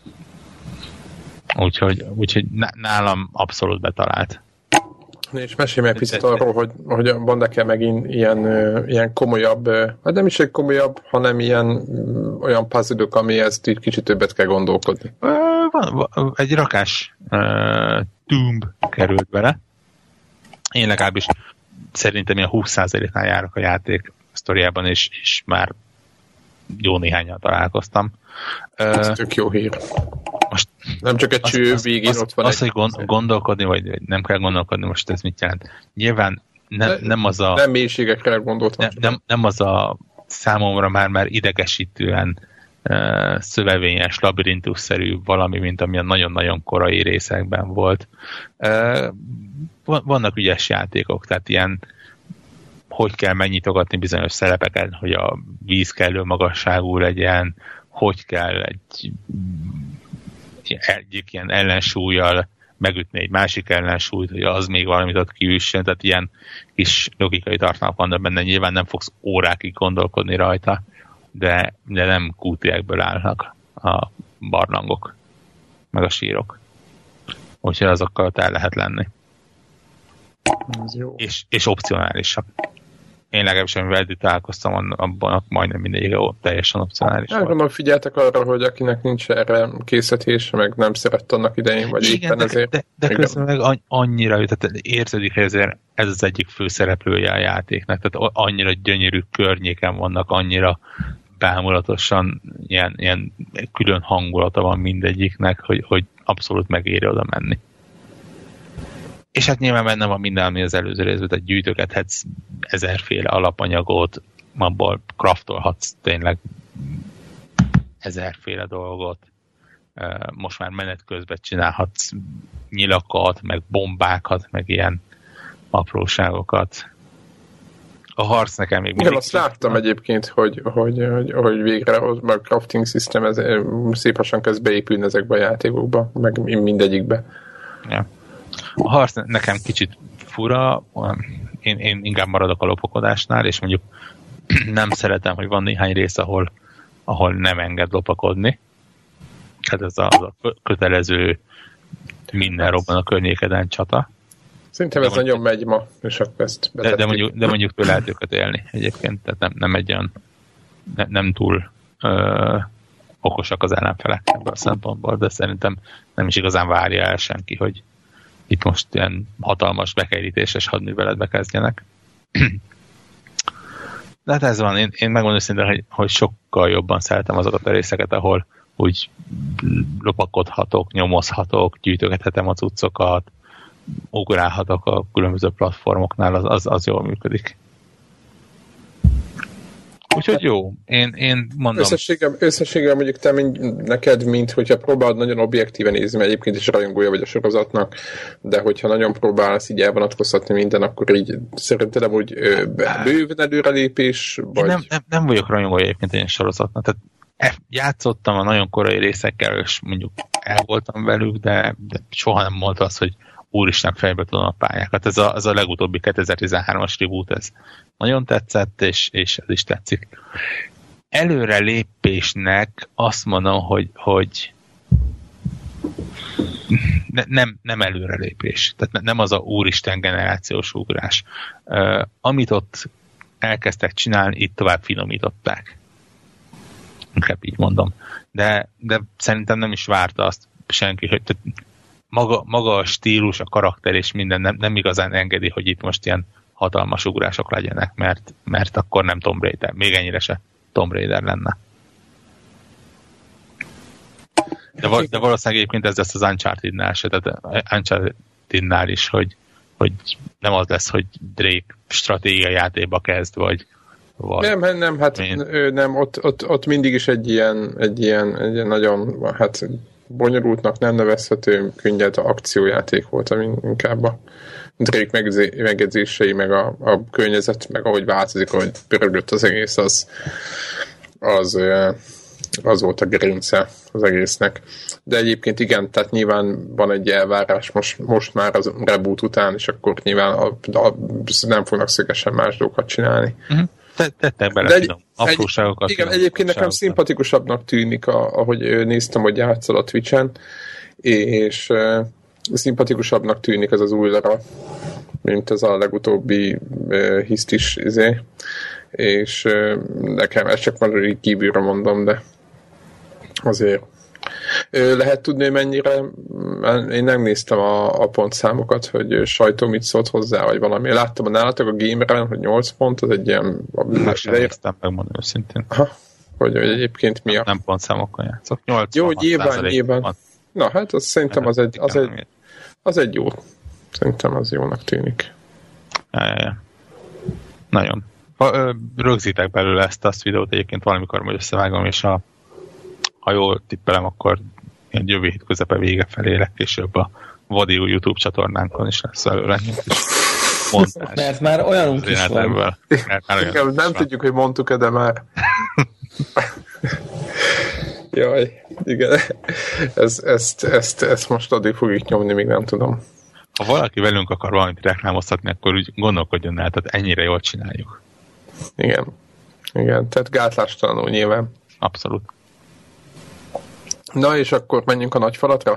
Úgyhogy nálam abszolút betalált. És mesélj meg picit arról, hogy van nekem megint ilyen komolyabb, hát nem is egy komolyabb, hanem olyan puzzle-ök, amihez így kicsit többet kell gondolkodni. Egy rakás Tomb került bele. Én legalábbis szerintem ilyen 20%-nál járok a játék sztoriában, és már jó néhányan találkoztam. Ez tök jó hír. Most nem csak egy cső végén ott van. Hogy gondolkodni, vagy nem kell gondolkodni, most ez mit jelent? Nyilván nem az a... Nem mélységekre gondoltam. Nem az a számomra már idegesítően szövevényes, labirintusszerű valami, mint amilyen nagyon-nagyon korai részekben volt. Vannak ügyes játékok, tehát ilyen hogy kell megnyitogatni bizonyos szerepeket, hogy a víz kellő magasságú legyen, hogy kell egyik ilyen ellensúlyjal megütni egy másik ellensúlyt, hogy az még valamit ott kiüssön, tehát ilyen kis logikai tartalmak vannak benne, nyilván nem fogsz órákig gondolkodni rajta, de nem QTE-kből állnak a barlangok, meg a sírok. Úgyhogy azokkal ott el lehet lenni. És opcionálisak. Én legalábbis, amivel eddig találkoztam, abban majdnem mindegyik teljesen opcionális. Gondolom, figyeltek arra, hogy akinek nincs erre készítése, meg nem szeret annak idején, vagy igen, éppen ezért. De közben meg annyira, tehát érződik, hogy ez az egyik főszereplője a játéknak, tehát annyira gyönyörű környéken vannak, annyira bámulatosan ilyen külön hangulata van mindegyiknek, hogy abszolút megéri oda menni. És hát nyilván benne van minden, ami az előző részben, tehát gyűjtögethetsz 1000-féle alapanyagot, abból craftolhatsz tényleg 1000-féle dolgot. Most már menet közben csinálhatsz nyilakat, meg bombákat, meg ilyen apróságokat. A harc nekem még... Igen, azt láttam egyébként, hogy végre a crafting system szép lassan kezd beépülni ezekbe a játékokba, meg mindegyikbe. Ja. A harc nekem kicsit fura, én inkább maradok a lopakodásnál, és mondjuk nem szeretem, hogy van néhány rész, ahol nem enged lopakodni. Hát ez a kötelező minden robban a környékeden csata. Szerintem ez nagyon megy ma, és akkor ezt de mondjuk tőle lehet őket élni egyébként, tehát nem egy olyan, nem túl okosak az ellenfelek ebből a szempontból, de szerintem nem is igazán várja el senki, hogy itt most ilyen hatalmas bekerítéses hadműveletbe kezdjenek. De hát ez van, én megmondom szintén, hogy sokkal jobban szeretem azokat a részeket, ahol úgy lopakodhatok, nyomozhatok, gyűjtögethetem a cuccokat, ugrálhatok a különböző platformoknál, az jól működik. Úgyhogy jó, én mondom. Összességem mondjuk te neked, mint hogyha próbálod nagyon objektíven nézni, mert egyébként is rajongója vagy a sorozatnak, de hogyha nagyon próbálsz így elvonatkoztatni minden, akkor így szerintem úgy bőven előrelépés, vagy... Nem vagyok rajongója egyébként egy sorozatnak, tehát játszottam a nagyon korai részekkel, és mondjuk el voltam velük, de soha nem volt az, hogy úristen fejbe tudom a pályákat. Ez a legutóbbi 2013-as reboot, ez nagyon tetszett, és ez is tetszik. Előre lépésnek azt mondom, hogy nem előrelépés. Tehát nem az a úristen generációs ugrás. Amit ott elkezdtek csinálni, itt tovább finomították. Inkább így mondom. De szerintem nem is várta azt senki, hogy maga a stílus, a karakter és minden nem igazán engedi, hogy itt most ilyen hatalmas ugrások legyenek, mert akkor nem Tomb Raider. Még ennyire se Tomb Raider lenne. De valószínűleg egyébként ez lesz az Uncharted-nál se, tehát Uncharted-nál is, hogy nem az lesz, hogy Drake stratégiai játékba kezd, vagy nem, hát nem, ott mindig is egy ilyen nagyon, hát bonyolultnak nem nevezhető, könnyed akciójáték volt, ami inkább a Drake megjegyzései, meg a környezet, meg ahogy változik, ahogy pörögött az egész, az volt a gerince az egésznek. De egyébként igen, tehát nyilván van egy elvárás most már az reboot után, és akkor nyilván nem fognak szögesen más dolgokat csinálni. Uh-huh. Tettek bele apróságokat. Igen, egyébként nekem szimpatikusabbnak tűnik, ahogy néztem, hogy játszol a Twitch-en, és szimpatikusabbnak tűnik ez az új Lara, mint ez a legutóbbi hisztis és nekem ez csak van, hogy kívülre mondom, de azért lehet tudni, hogy mennyire, én nem néztem a pontszámokat, hogy sajtó mit szólt hozzá, vagy valami. Láttam, hogy nálatok a Gameren, hogy 8 pont, az egy ilyen... Sem néztem, megmondani őszintén. Hogy egyébként mi a... Nem pontszámokkal játszok. 86%. Jó, nyilván. Na, hát az szerintem az egy jó. Szerintem az jónak tűnik. Ja. Nagyon. Rögzítek belőle azt videót, egyébként valamikor majd összevágom, és ha jól tippelem, akkor ilyen jövő hét közepe vége felé legkésőbb a Vadiu YouTube csatornánkon is lesz előle. Mert már olyanunk is van. Nem tudjuk, hogy mondtuk-e, de már. Jaj, igen. Ezt most addig fogjuk nyomni, még nem tudom. Ha valaki velünk akar valamit reklámoztatni, akkor úgy gondolkodjon el, tehát ennyire jól csináljuk. Igen, tehát gátlástalanul nyilván. Abszolút. Na, és akkor menjünk a nagy falatra?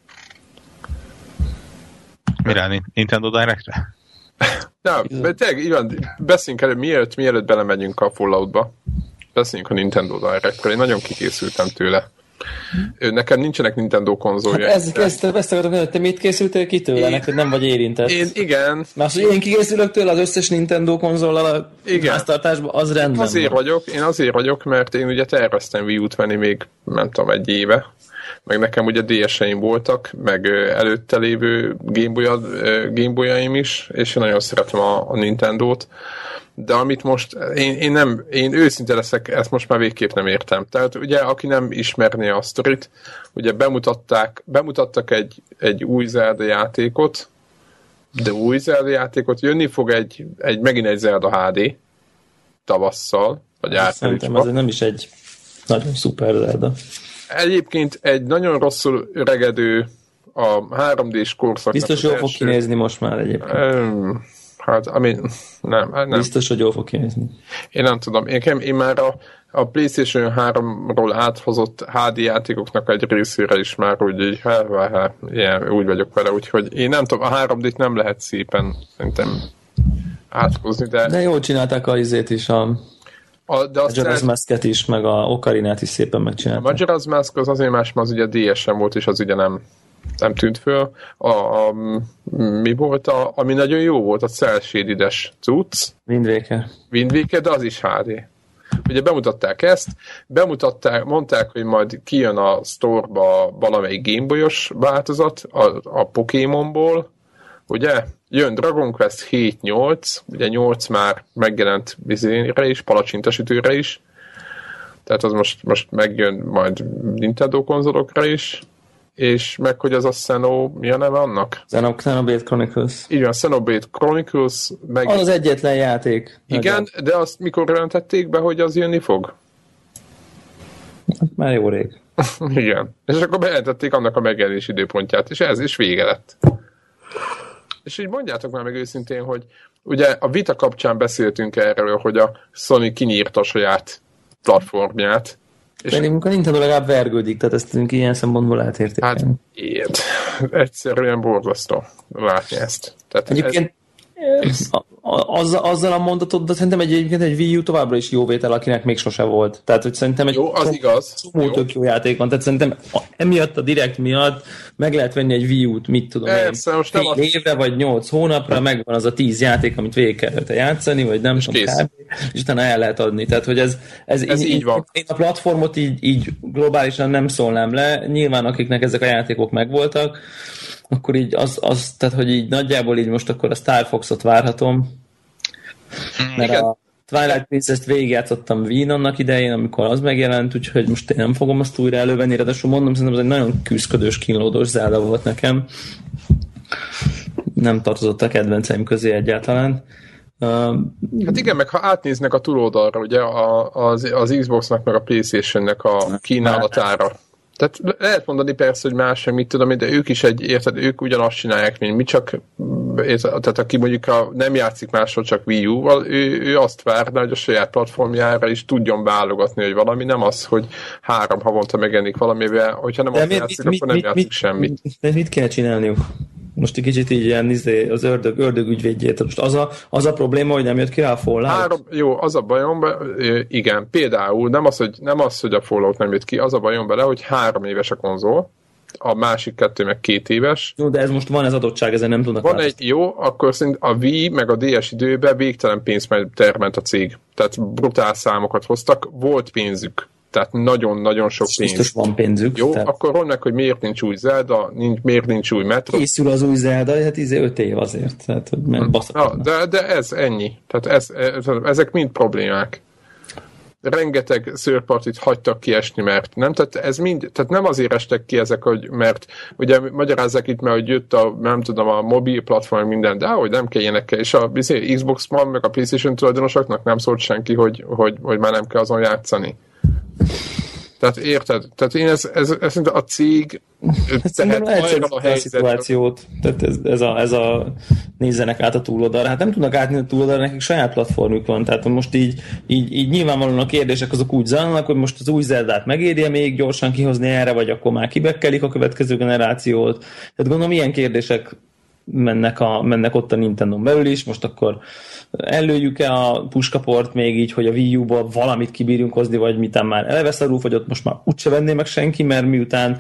Mire? Nintendo Directre? Na, tényleg, beszéljünk előbb, mielőtt belemegyünk a Falloutba. Beszéljünk a Nintendo Directre. Én nagyon kikészültem tőle. Nekem nincsenek Nintendo konzolja. Hát ezt akarok, hogy te mit készültél ki tőle? Neked nem vagy érintett. Igen. Mert az, hogy én kikészülök tőle az összes Nintendo konzollal a háztartásban, az rendben Én azért vagyok, mert én ugye terveztem Wii U-t venni még, nem tudom, egy éve. Meg nekem ugye DS-eim voltak, meg előtte lévő Gameboyaim is, és én nagyon szeretem a Nintendót. De amit most, én őszinte leszek, ezt most már végképp nem értem. Tehát ugye, aki nem ismerné a sztorit, ugye bemutattak egy új Zelda játékot, jönni fog megint egy Zelda HD tavasszal, vagy áprilisban. Szerintem ez nem is egy nagyon szuper Zelda. Egyébként egy nagyon rosszul öregedő a 3D-s korszak. Biztos jól fog kinézni most már egyébként. Hát, nem. Biztos, hogy jól fog kinézni. Én nem tudom. Én már a PlayStation 3-ról áthozott HD játékoknak egy részére is már úgy úgy vagyok vele, úgyhogy én nem tudom, a 3D-t nem lehet szépen szerintem áthozni, de jól csinálták a izét is, a Majora's Mask-et is, meg a Ocarinát is szépen megcsinálták. A Majora's Mask az azért más, mert az ugye DSM volt, és az ugye nem tűnt föl. Mi volt, ami nagyon jó volt, a cel shaded-es cucc. Wind Waker, de az is HD. Ugye bemutatták ezt, mondták, hogy majd kijön a store-ba valamelyik Gameboy-os változat a Pokémonból, ugye? Jön Dragon Quest 7-8, ugye 8 már megjelent vizére is, palacsintasütőre is, tehát az most megjön majd Nintendo konzolokra is, és meg hogy az a mi a neve annak? Xenoblade Chronicles. Így van, Xenoblade Chronicles. Az egyetlen játék. Igen, de azt mikor jelentették be, hogy az jönni fog? Már jó rég. Igen. És akkor bejelentették annak a megjelenés időpontját, és ez is vége lett. És így mondjátok már meg őszintén, hogy ugye a vita kapcsán beszéltünk erről, hogy a Sony kinyírta a saját platformját. Pedig a Nintendo legalább vergődik, tehát ezt ilyen szempontból lehet értékelni. Hát ilyet. Egyszerűen borzasztó látni ezt. Tehát egyébként azzal a mondatod, de szerintem egyébként egy Wii U továbbra is jó vétel, akinek még sose volt. Tehát, hogy szerintem jó, az igaz. Tök jó játék van. Tehát szerintem emiatt a Direct miatt meg lehet venni egy Wii U-t, mit tudom én, 10 évre vagy 8 hónapra, megvan az a 10 játék, amit végig kellett játszani, vagy nem tudom, és utána el lehet adni. Tehát, hogy ez így van. Én a platformot így globálisan nem szólnám le. Nyilván akiknek ezek a játékok megvoltak, akkor így tehát, hogy így nagyjából így most akkor a Star Fox-ot várhatom, mert igen. A Twilight Princess-t végigjátszottam Wii-n annak idején, amikor az megjelent, úgyhogy most én nem fogom azt újra elővenni, ráadásul mondom, szerintem ez egy nagyon küszködős, kínlódós Zelda volt nekem. Nem tartozott a kedvenceim közé egyáltalán. Hát igen, meg ha átnéznek a túloldalra, ugye az Xbox-nak meg a PlayStation-nek a kínálatára. Tehát lehet mondani persze, hogy más, mit tudom, de ők is ők ugyanazt csinálják, mint mi, csak tehát aki mondjuk nem játszik máshol, csak Wii U-val, ő azt várna, hogy a saját platformjára is tudjon válogatni, hogy valami, nem az, hogy 3 havonta megjelenik valamivel, hogyha nem azt játszik, akkor nem játszik semmit. De mit kell csinálniuk? Most egy kicsit így ilyen az ördög ügyvédjét. Most az a probléma, hogy nem jött ki rá a Fallout? Jó, az a bajom, igen, például nem az, hogy a Fallout nem jött ki, az a bajom bele, hogy 3 éves a konzol, a másik 2 meg 2 éves. Jó, de ez most van ez adottság, ezen nem tudnak van jó, akkor szerint a Wii meg a DS időben végtelen pénzt termelt a cég. Tehát brutál számokat hoztak, volt pénzük. Tehát nagyon-nagyon sok pénz. Biztos van pénzük. Jó, tehát... akkor mondják, hogy miért nincs új Zelda, miért nincs új Metro. Készül az új Zelda, hát 5 év azért. Tehát, de ez ennyi. Tehát ezek mind problémák. Rengeteg szőrpartit hagytak kiesni, mert nem, tehát nem azért estek ki ezek, mert ugye magyarázzák itt, mert hogy jött a mobil platform minden, de hogy nem kell ilyenekkel, és a Xbox van, meg a PlayStation tulajdonosoknak nem szólt senki, hogy már nem kell azon játszani. Tehát érted? Tehát én ez a cég tehát olyan a szituációt, tehát ez a nézzenek át a túloldalra. Hát nem tudnak átnézni a túloldalra, nekik saját platformjuk van, tehát most így nyilvánvalóan a kérdések azok úgy zajlanak, hogy most az új Zeldát megéri még gyorsan kihozni erre, vagy akkor már kibekkelik a következő generációt. Tehát gondolom ilyen kérdések mennek ott a Nintendo-n belül is, most akkor előjük-e a puskaport még így, hogy a Wii U-ból valamit kibírjunk hozni, vagy mitán már eleve szarul fogyott, most már úgyse venné meg senki, mert miután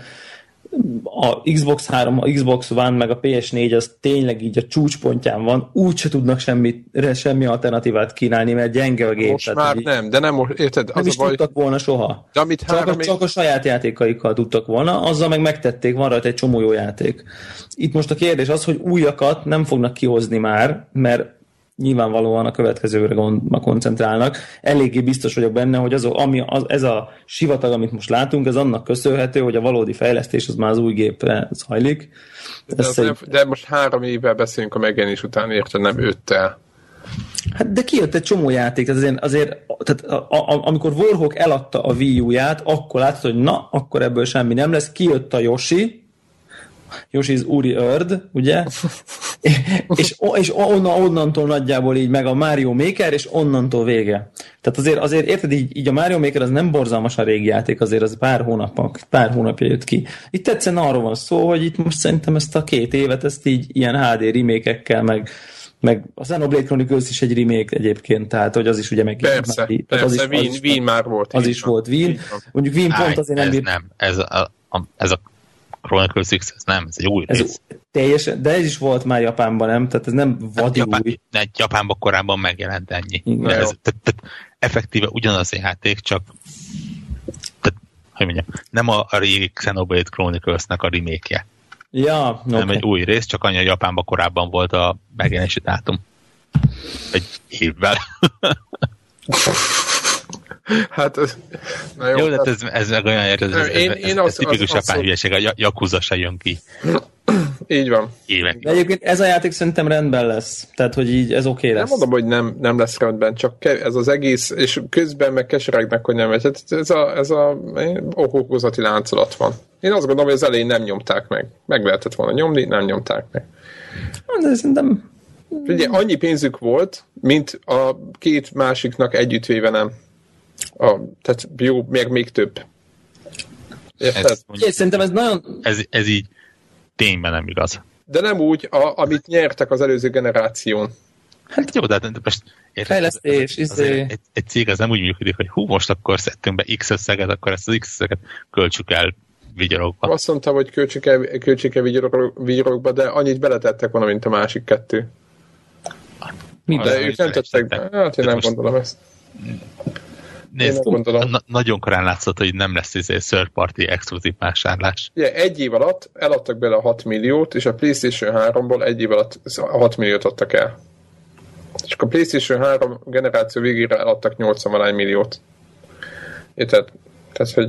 a Xbox 3, a Xbox One meg a PS4 az tényleg így a csúcspontján van, úgyse tudnak semmi alternatívát kínálni, mert gyenge a gép. Most tehát, már nem, de nem most, érted? Nem is tudtak volna soha. De amit csak a saját játékaikkal tudtak volna, azzal meg megtették, van rajta egy csomó jó játék. Itt most a kérdés az, hogy újakat nem fognak kihozni már, mert nyilvánvalóan a következőre koncentrálnak. Eléggé biztos vagyok benne, hogy ez a sivatag, amit most látunk, ez annak köszönhető, hogy a valódi fejlesztés az már az új gépre zajlik. De most 3 évvel beszélünk a megjelenés után, érted, nem 5-tel. Hát de kijött egy csomó játék, azért amikor Warhawk eladta a Wii U-ját, akkor láttad, hogy na, akkor ebből semmi nem lesz. Kijött a Yoshi's Uri Earth, ugye? és onnantól nagyjából így meg a Mario Maker, és onnantól vége. Tehát azért érted, így a Mario Maker az nem borzalmasan régi játék, azért az pár hónapja jött ki. Itt egyszerűen arról van szó, hogy itt most szerintem ezt a 2 évet, ezt így ilyen HD remake-ekkel, meg a Xenoblade Chronicles is egy remake egyébként, tehát hogy az is ugye meg... Persze, Wien már volt. Az is volt Wien. Mondjuk Wien pont azért nem... Ez nem, ez a Chronicles X, ez nem, ez egy új rész. Teljesen, de ez is volt már Japánban, nem? Tehát ez nem vadi új. Japánban korábban megjelent ennyi. Tehát effektíve ugyanaz a játék, csak hogy mondjam, nem a régi Xenoblade Chronicles-nek a remake-je. Ja, nem egy új rész, csak annyi, a Japánban korábban volt a megjelenési dátum. Egy évvel. Hát jó, de ez meg olyan ez tipikus japán hülyeség, a Yakuza se jön ki. Így van. Évek. De egyébként ez a játék szerintem rendben lesz. Tehát, hogy így ez oké lesz. Nem mondom, hogy nem lesz rendben, csak ez az egész, és közben meg keseregnek, hogy nem. Ez a okokozati láncolat van. Én azt gondolom, hogy az elején nem nyomták meg. Meg lehetett volna nyomni, nem nyomták meg. De szerintem... Ugye annyi pénzük volt, mint a 2 másiknak együttvéve nem. Tehát jó, még több. Szerintem ez nagyon... Ez így tényben nem igaz. De nem úgy, amit nyertek az előző generáción. Hát jó, de most fejlesztés, egy cég az nem úgy működik, hogy most akkor szedtünk be X összeget, akkor ezt az X összeget költsük el vigyorokba. Azt mondta, hogy költsük el vigyorokba, de annyit beletettek volna, mint a másik 2. De ők nem tettek. Hát én nem gondolom ezt. Nézd, nagyon korán látszott, hogy nem lesz third party exkluzív vásárlás. Ugye, 1 év alatt eladtak bele 6 milliót, és a PlayStation 3-ból 1 év alatt 6 milliót adtak el. És a PlayStation 3 generáció végére eladtak 80 milliót. Érted? Tehát, hogy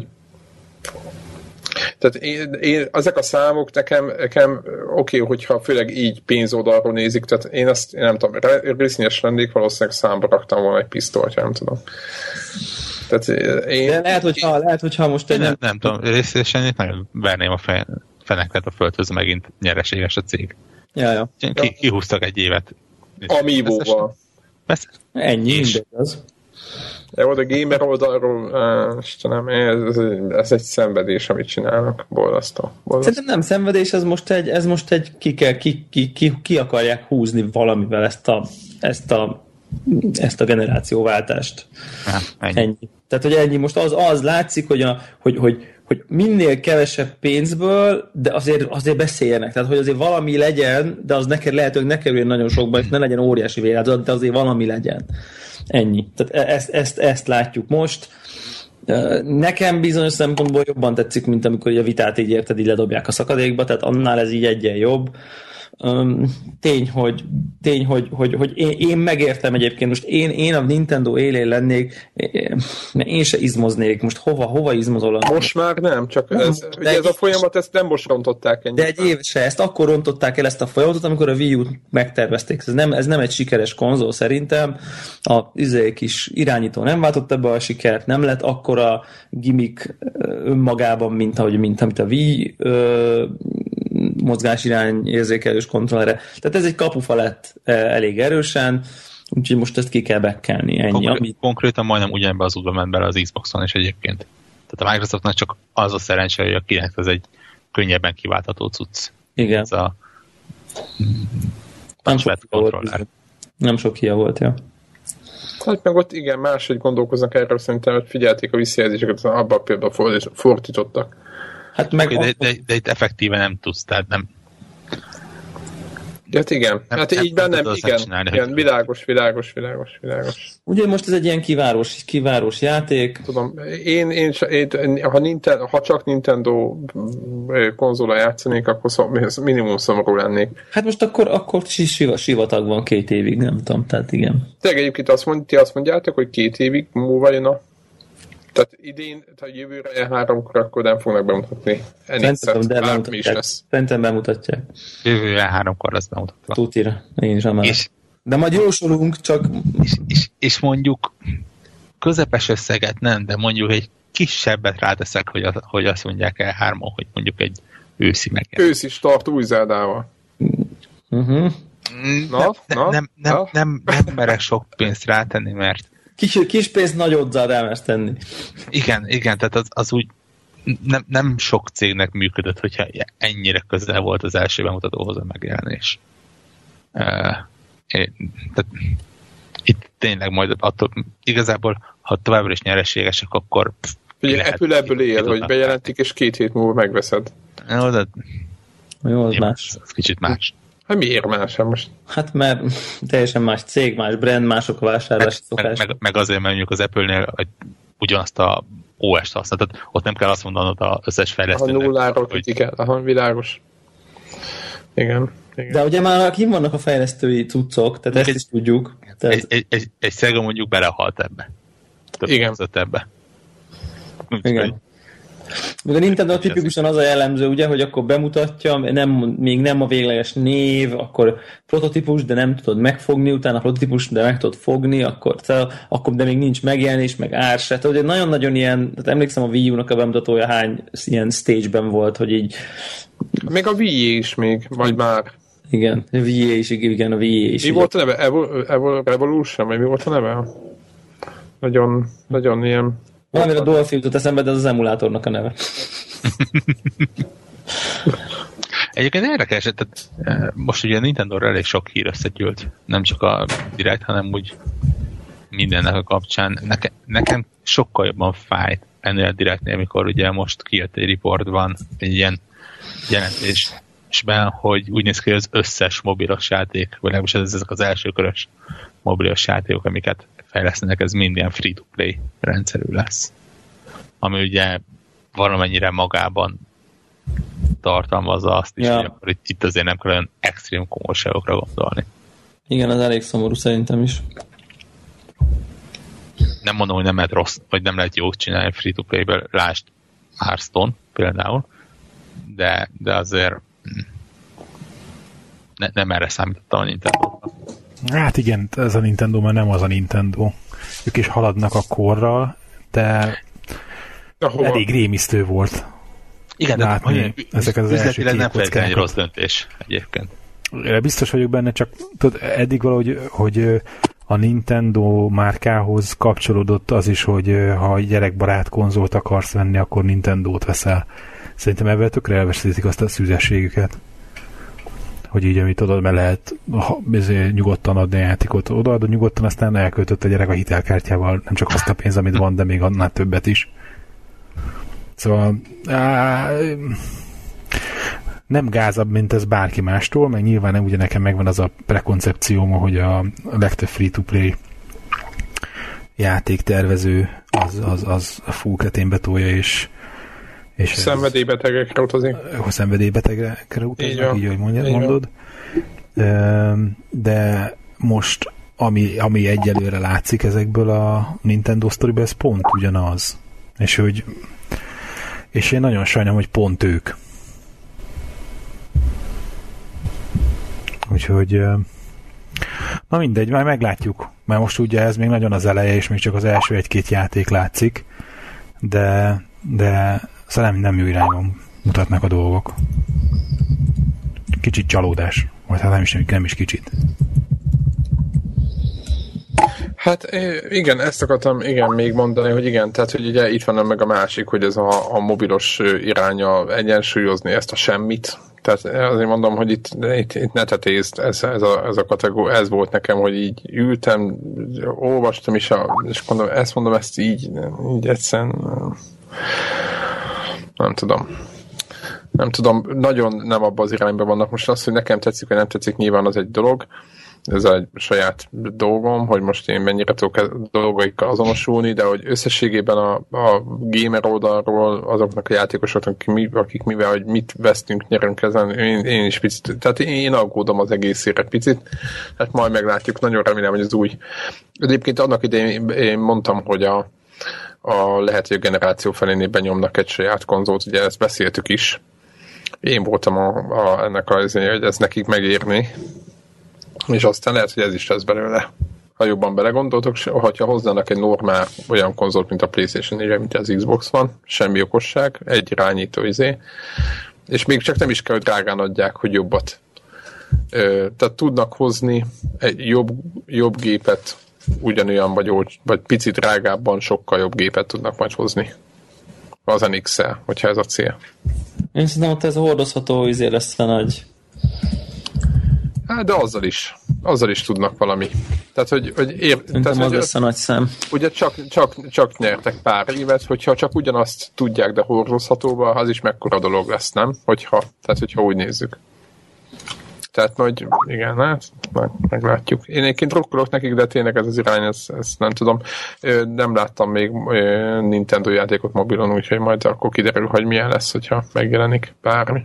én ezek a számok nekem oké, hogyha főleg így pénzoldalról nézik, tehát én azt nem tudom, résznyes lennék, valószínűleg számba raktam volna egy pisztolyt, nem tudom. Tehát de lehet, hogyha most egy nem tudom, részesen itt nagyon verném a feneket a földhöz, megint nyereséges a cég. Ja. Kihúztak egy évet. Amiibo-val. Ennyi, mindegy az. Jó, de gamer oldalról, Istenem, ez egy szenvedés, amit csinálnak. Borzasztó. Szerintem nem szenvedés, ez most egy ki akarják húzni valamivel ezt a generációváltást. Ennyi. Tehát, hogy ennyi. Most az látszik, hogy minél kevesebb pénzből, de azért beszéljenek. Tehát, hogy azért valami legyen, de az neked lehetőleg ne kerüljön nagyon sokba, és ne legyen óriási véráldozat, de azért valami legyen. Ennyi. Tehát ezt látjuk most. Nekem bizonyos szempontból jobban tetszik, mint amikor a vitát így érted, így ledobják a szakadékba, tehát annál ez így egyen jobb. Tény, hogy én megértem egyébként, most én a Nintendo élén lennék, én se izmoznék, most hova izmozol? Most már nem, csak ez a folyamat, ezt nem most rontották ennyit. De egy év se, ezt akkor rontották el ezt a folyamatot, amikor a Wii U-t megtervezték. Ez nem egy sikeres konzol szerintem, a kis irányító nem váltott ebbe a sikert, nem lett akkora gimmick önmagában, mint amit a Wii mozgásirány érzékelős kontrollere. Tehát ez egy kapufa lett elég erősen, úgyhogy most ezt ki kell bekkelni. Ennyi. Konkrétan majdnem ugyanebben az útba ment bele az Xboxon is egyébként. Tehát a Microsoftnak csak az a szerencse, hogy a Kinect ez egy könnyebben kiváltható cucc. Igen. Ez a nem sok hia volt, ja. Hát meg ott igen, máshogy gondolkoznak erről, szerintem, hogy figyelték a visszajelzéseket, abban például fordítottak. Hát de itt effektíven nem tudsz, tehát nem. Hát igen, hát így bennem, igen, világos. Ugye most ez egy ilyen kivárós játék. Tudom, én ha csak Nintendo konzola játszanék, akkor minimum szomorú lennék. Hát most akkor sivatag van 2 évig, nem tudom, tehát igen. Tényleg egyébként ti azt mondjátok, hogy 2 évig múlva jön a tehát idén, tehát jövőre E3-kor akkor nem fognak bemutatni. Szerintem bemutatják. Jövőre E3-kor lesz bemutatva. Tutira, én is amellett. De majd jósolunk, csak... És mondjuk közepes összeget nem, de mondjuk egy kisebbet ráteszek, hogy azt mondják E3-on, hogy mondjuk egy őszi meg. Őszi start új Zeldával. Nem merek sok pénzt rátenni, mert kis pénzt nagyoddal rámersz tenni. Igen, tehát az úgy nem sok cégnek működött, hogyha ennyire közel volt az első bemutatóhoz a megjelenés. Tehát itt tényleg majd attól, igazából, ha továbbra is nyereségesek, akkor ugye Apple ebből él, hogy bejelentik, és 2 hét múlva megveszed. Jó, az más. Ez kicsit más. Hát miért más? Most? Hát mert teljesen más cég, más brand, mások a vásárlási szokás. Meg azért, mert mondjuk az Apple-nél ugyanazt a OS-t használ, tehát ott nem kell azt mondanod az összes fejlesztőnek. A nulláról kell, világos. Igen. De ugye már kint vannak a fejlesztői cuccok, tehát ezt is tudjuk. Egy Sega mondjuk belehalt ebbe. Igen. Ebbe. Igen. Még a Nintendo tipikusan az a jellemző, ugye, hogy akkor bemutatja, még nem a végleges név, akkor prototípus, de nem tudod megfogni, utána prototípus, de meg tudod fogni, akkor de még nincs megjelenés, meg ár se. Tehát nagyon-nagyon ilyen, tehát emlékszem a Wii U-nak a bemutatója hány ilyen stage-ben volt, hogy így... Még a Wii is még, vagy már. Igen, a Wii is, igen, a Wii is. Mi volt a neve? Revolution, vagy mi volt a neve? Nagyon ilyen... Valamire a Dolphin jutott eszembe, de az emulátornak a neve. Egyébként érdekes, tehát most ugye a Nintendo-ra elég sok hír összegyűlt. Nem csak a Direct, hanem úgy mindennek a kapcsán. Nekem sokkal jobban fájt ennél a Directnél, amikor ugye most kijött egy reportban egy ilyen jelentésben, hogy úgy néz ki, hogy az összes mobilos játék, vagy legalábbis ezek az elsőkörös mobilos játékok, amiket fejlesztenek, ez mind ilyen free-to-play rendszerű lesz. Ami ugye valamennyire magában tartalmazza azt is, hogy akkor itt azért nem kell olyan extrém komolyságokra gondolni. Igen, az elég szomorú szerintem is. Nem mondom, hogy nem lehet rossz, vagy nem lehet jót csinálni free-to-play-ből, lásd Hearthstone például, de azért nem erre számítottam a Nintendo-ra. Hát igen, ez a Nintendo már nem az a Nintendo. Ők is haladnak a korral, de elég rémisztő volt. Igen, látni ezeket az első nem feltétlenül egy rossz döntés egyébként. Biztos vagyok benne, csak tudod, eddig valahogy, hogy a Nintendo márkához kapcsolódott az is, hogy ha gyerekbarát konzolt akarsz venni, akkor Nintendót veszel. Szerintem ebben tökre elveszítik azt a szüzességüket. Hogy így, amit oda be lehet nyugodtan adni a játékot, odaadod nyugodtan, aztán elköltött a gyerek a hitelkártyával nem csak azt a pénz, amit van, de még annál többet is. Szóval nem gázabb, mint ez bárki mástól, meg nyilván nem, ugye nekem megvan az a prekoncepcióm, hogy a legtöbb free-to-play játéktervező az a full kreténbe tolja, és szenvedélybetegekre utazik. Szenvedélybetegekre utaznak, így ahogy mondod. De most, ami egyelőre látszik ezekből a Nintendo sztoriból, ez pont ugyanaz. És én nagyon sajnálom, hogy pont ők. Úgyhogy na mindegy, már meglátjuk. Mert most ugye ez még nagyon az eleje, és még csak az első 1-2 játék látszik, de szóval nem jó irányban mutatnak a dolgok. Kicsit csalódás. Vagy hát nem is kicsit. Hát igen, ezt akartam még mondani, hogy igen, tehát hogy ugye itt van meg a másik, hogy ez a mobilos iránya egyensúlyozni ezt a semmit. Tehát azért mondom, hogy itt ne tetézd, ez a kategória, ez volt nekem, hogy így ültem, olvastam is, és mondom, ezt így egyszerűen nem tudom, nagyon nem abban az irányban vannak. Most az, hogy nekem tetszik, vagy nem tetszik, nyilván az egy dolog, ez egy saját dolgom, hogy most én mennyire tudok dolgaikkal azonosulni, de hogy összességében a gamer oldalról azoknak a játékosoknak, akik mivel, hogy mit vesztünk, nyerünk ezen, én is picit, tehát én aggódom az egészére picit, hát majd meglátjuk, nagyon remélem, hogy az új. Egyébként annak idején én mondtam, hogy lehet, hogy a generáció felénél benyomnak egy saját konzolt, ugye ezt beszéltük is. Én voltam ennek az, hogy ez nekik megérni, és aztán lehet, hogy ez is lesz belőle. Ha jobban belegondoltok, hogyha hoznának egy normál olyan konzolt, mint a PlayStation 4, mint az Xbox van, semmi okosság, egy irányító és még csak nem is kell, hogy drágán adják, hogy jobbat Tehát tudnak hozni egy jobb gépet, ugyanolyan vagy picit drágábban sokkal jobb gépet tudnak majd hozni az NX-el, hogyha ez a cél. Én szerintem ott ez a hordozható lesz a nagy. Hát, de azzal is tudnak valami. Tehát, hogy tehát, az lesz a nagy szám. Ugye csak nyertek pár évet, hogyha csak ugyanazt tudják, de hordozhatóba, az is mekkora dolog lesz, nem? Hogyha úgy nézzük. Tehát majd, igen, hát meglátjuk. Én egyébként drukkolok nekik, de tényleg ez az irány, ezt nem tudom. Nem láttam még Nintendo játékot mobilon, úgyhogy majd akkor kiderül, hogy milyen lesz, hogyha megjelenik bármi.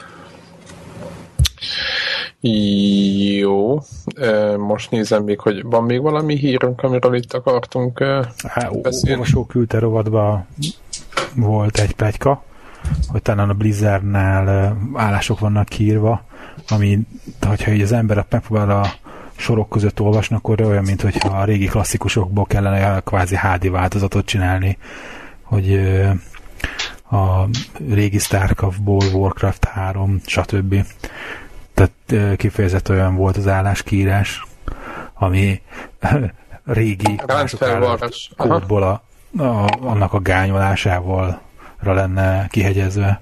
Jó. Most nézem még, hogy van még valami hírünk, amiről itt akartunk beszélni. Olvasó küldte rovatba volt egy pletyka, hogy talán a Blizzardnál állások vannak kiírva, ami, hogyha így az ember megpróbál a sorok között olvasni, akkor olyan, mintha a régi klasszikusokból kellene kvázi HD változatot csinálni, hogy a régi Starcraftból, Warcraft 3, stb. Tehát kifejezett olyan volt az álláskiírás, ami régi kódból annak a gányolásával lenne kihegyezve.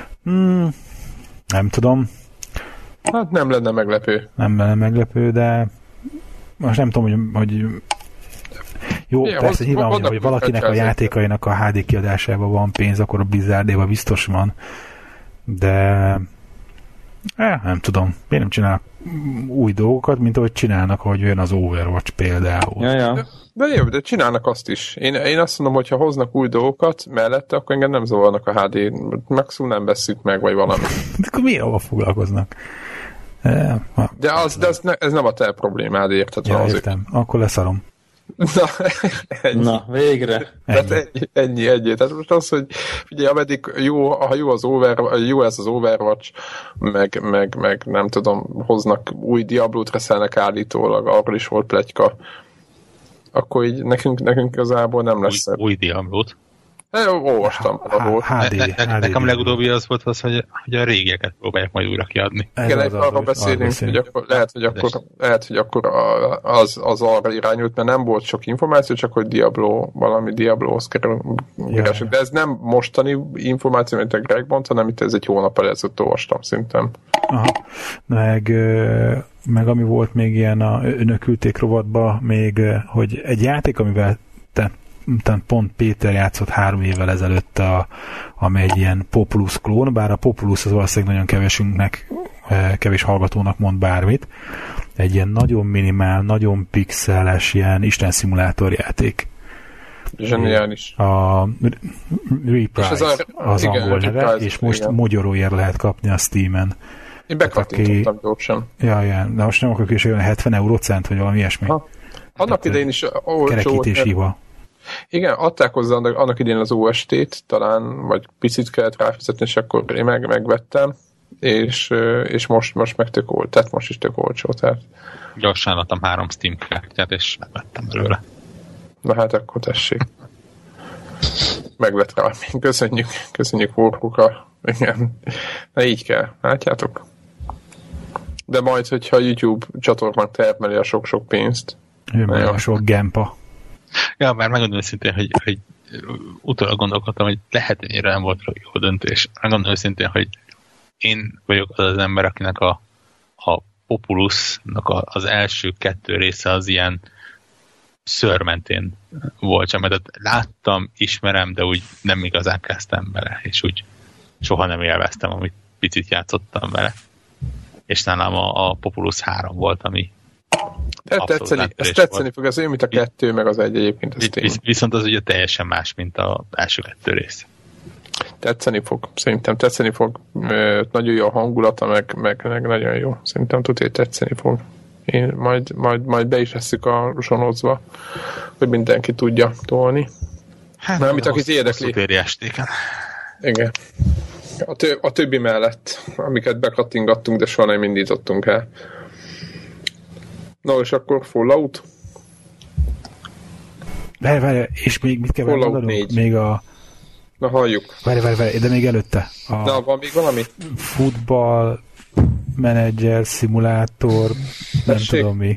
Nem tudom. Hát nem lenne meglepő. Nem lenne meglepő, de most nem tudom, hogy jó, persze nyilván, hogy valakinek a játékainak a HD kiadásában van pénz, akkor a Blizzardéban biztos van, de nem tudom. Én nem csinálok új dolgokat, mint ahogy csinálnak, hogy jön az Overwatch például. Ja. De jó, de csinálnak azt is. Én azt mondom, hogy ha hoznak új dolgokat mellette, akkor engem nem zavarnak a HD, maximum nem veszük meg, vagy valami. De akkor miért avval foglalkoznak? De ez nem a te problémád, érted? Ja, értem. Akkor leszarom. Na, végre. Ennyi. Tehát most az, hogy figyelj, ameddig ha jó ez az Overwatch, meg nem tudom, hoznak új Diablót reszelnek állítólag, arról is volt pletyka, akkor így nekünk igazából nem lesz. Új Diablót? Olvastam. Nekem legutóbbi az volt az, hogy a régieket próbálják majd újra kiadni. Igen, arra beszélünk, hogy akkor, lehet, hogy akkor az arra irányult, mert nem volt sok információ, csak hogy valami Diablohoz kerül. De ez nem mostani információ, mint a Greg mondta, hanem itt ez egy hónap ezelőtt olvastam szerintem. Aha. Meg ami volt még ilyen önök küldték rovatba, még, hogy egy játék, amivel pont Péter játszott 3 évvel ezelőtt, amely egy ilyen Populus klón, bár a Populus az valószínűleg nagyon kevés hallgatónak mond bármit. Egy ilyen nagyon minimál, nagyon pixeles, ilyen Isten szimulátor játék. Zseniális. A Reprise az angol neve, és most mogyoróért lehet kapni a Steamen. Én bekattintottam gyorsan. Ja, de most nem akarok is olyan 70 eurocent, vagy valami ilyesmi. Annak idején is kerekítés hiba. Igen, adták hozzá annak idén az OST-t, talán, vagy picit kellett ráfizetni, és akkor én megvettem, és most meg tök olcsó, tehát most is tök olcsó. Tehát. Gyorsan adtam 3 Steam kártyát, és megvettem belőle. Na hát akkor tessék. Megvett rá. Köszönjük Warhawk-a. Igen. Na így kell, látjátok? De majd, hogyha a YouTube csatornák termeli a sok-sok pénzt. A sok gempa. Ja, már megmondom őszintén, hogy utólag gondolkodtam, hogy lehet, hogy nem volt jó döntés. Megmondom őszintén, hogy én vagyok az ember, akinek a Populusnak az első 2 része az ilyen szőrmentén volt sem, mert láttam, ismerem, de úgy nem igazán kezdtem bele, és úgy soha nem élveztem, amit picit játszottam vele. És nálam a Populus 3 volt, ami tetszeni fog, az olyan, mint a 2, meg az 1 egyébként. Viszont az ugye teljesen más, mint az első 2 rész. Tetszeni fog, szerintem tetszeni fog. Nagyon jó a hangulata, meg nagyon jó. Szerintem tudja, tetszeni fog. Én majd be is veszük a sonozba, hogy mindenki tudja tolni. Hát, amit akit érdekli. Igen. A többi mellett, amiket bekattingattunk, de soha nem indítottunk el. Na, és akkor Fallout? Várj, és még mit kell mondanunk? Még a... Na, halljuk. Várj, de még előtte. Na, van még valami? Futball menedzser, szimulátor, nem tudom mi.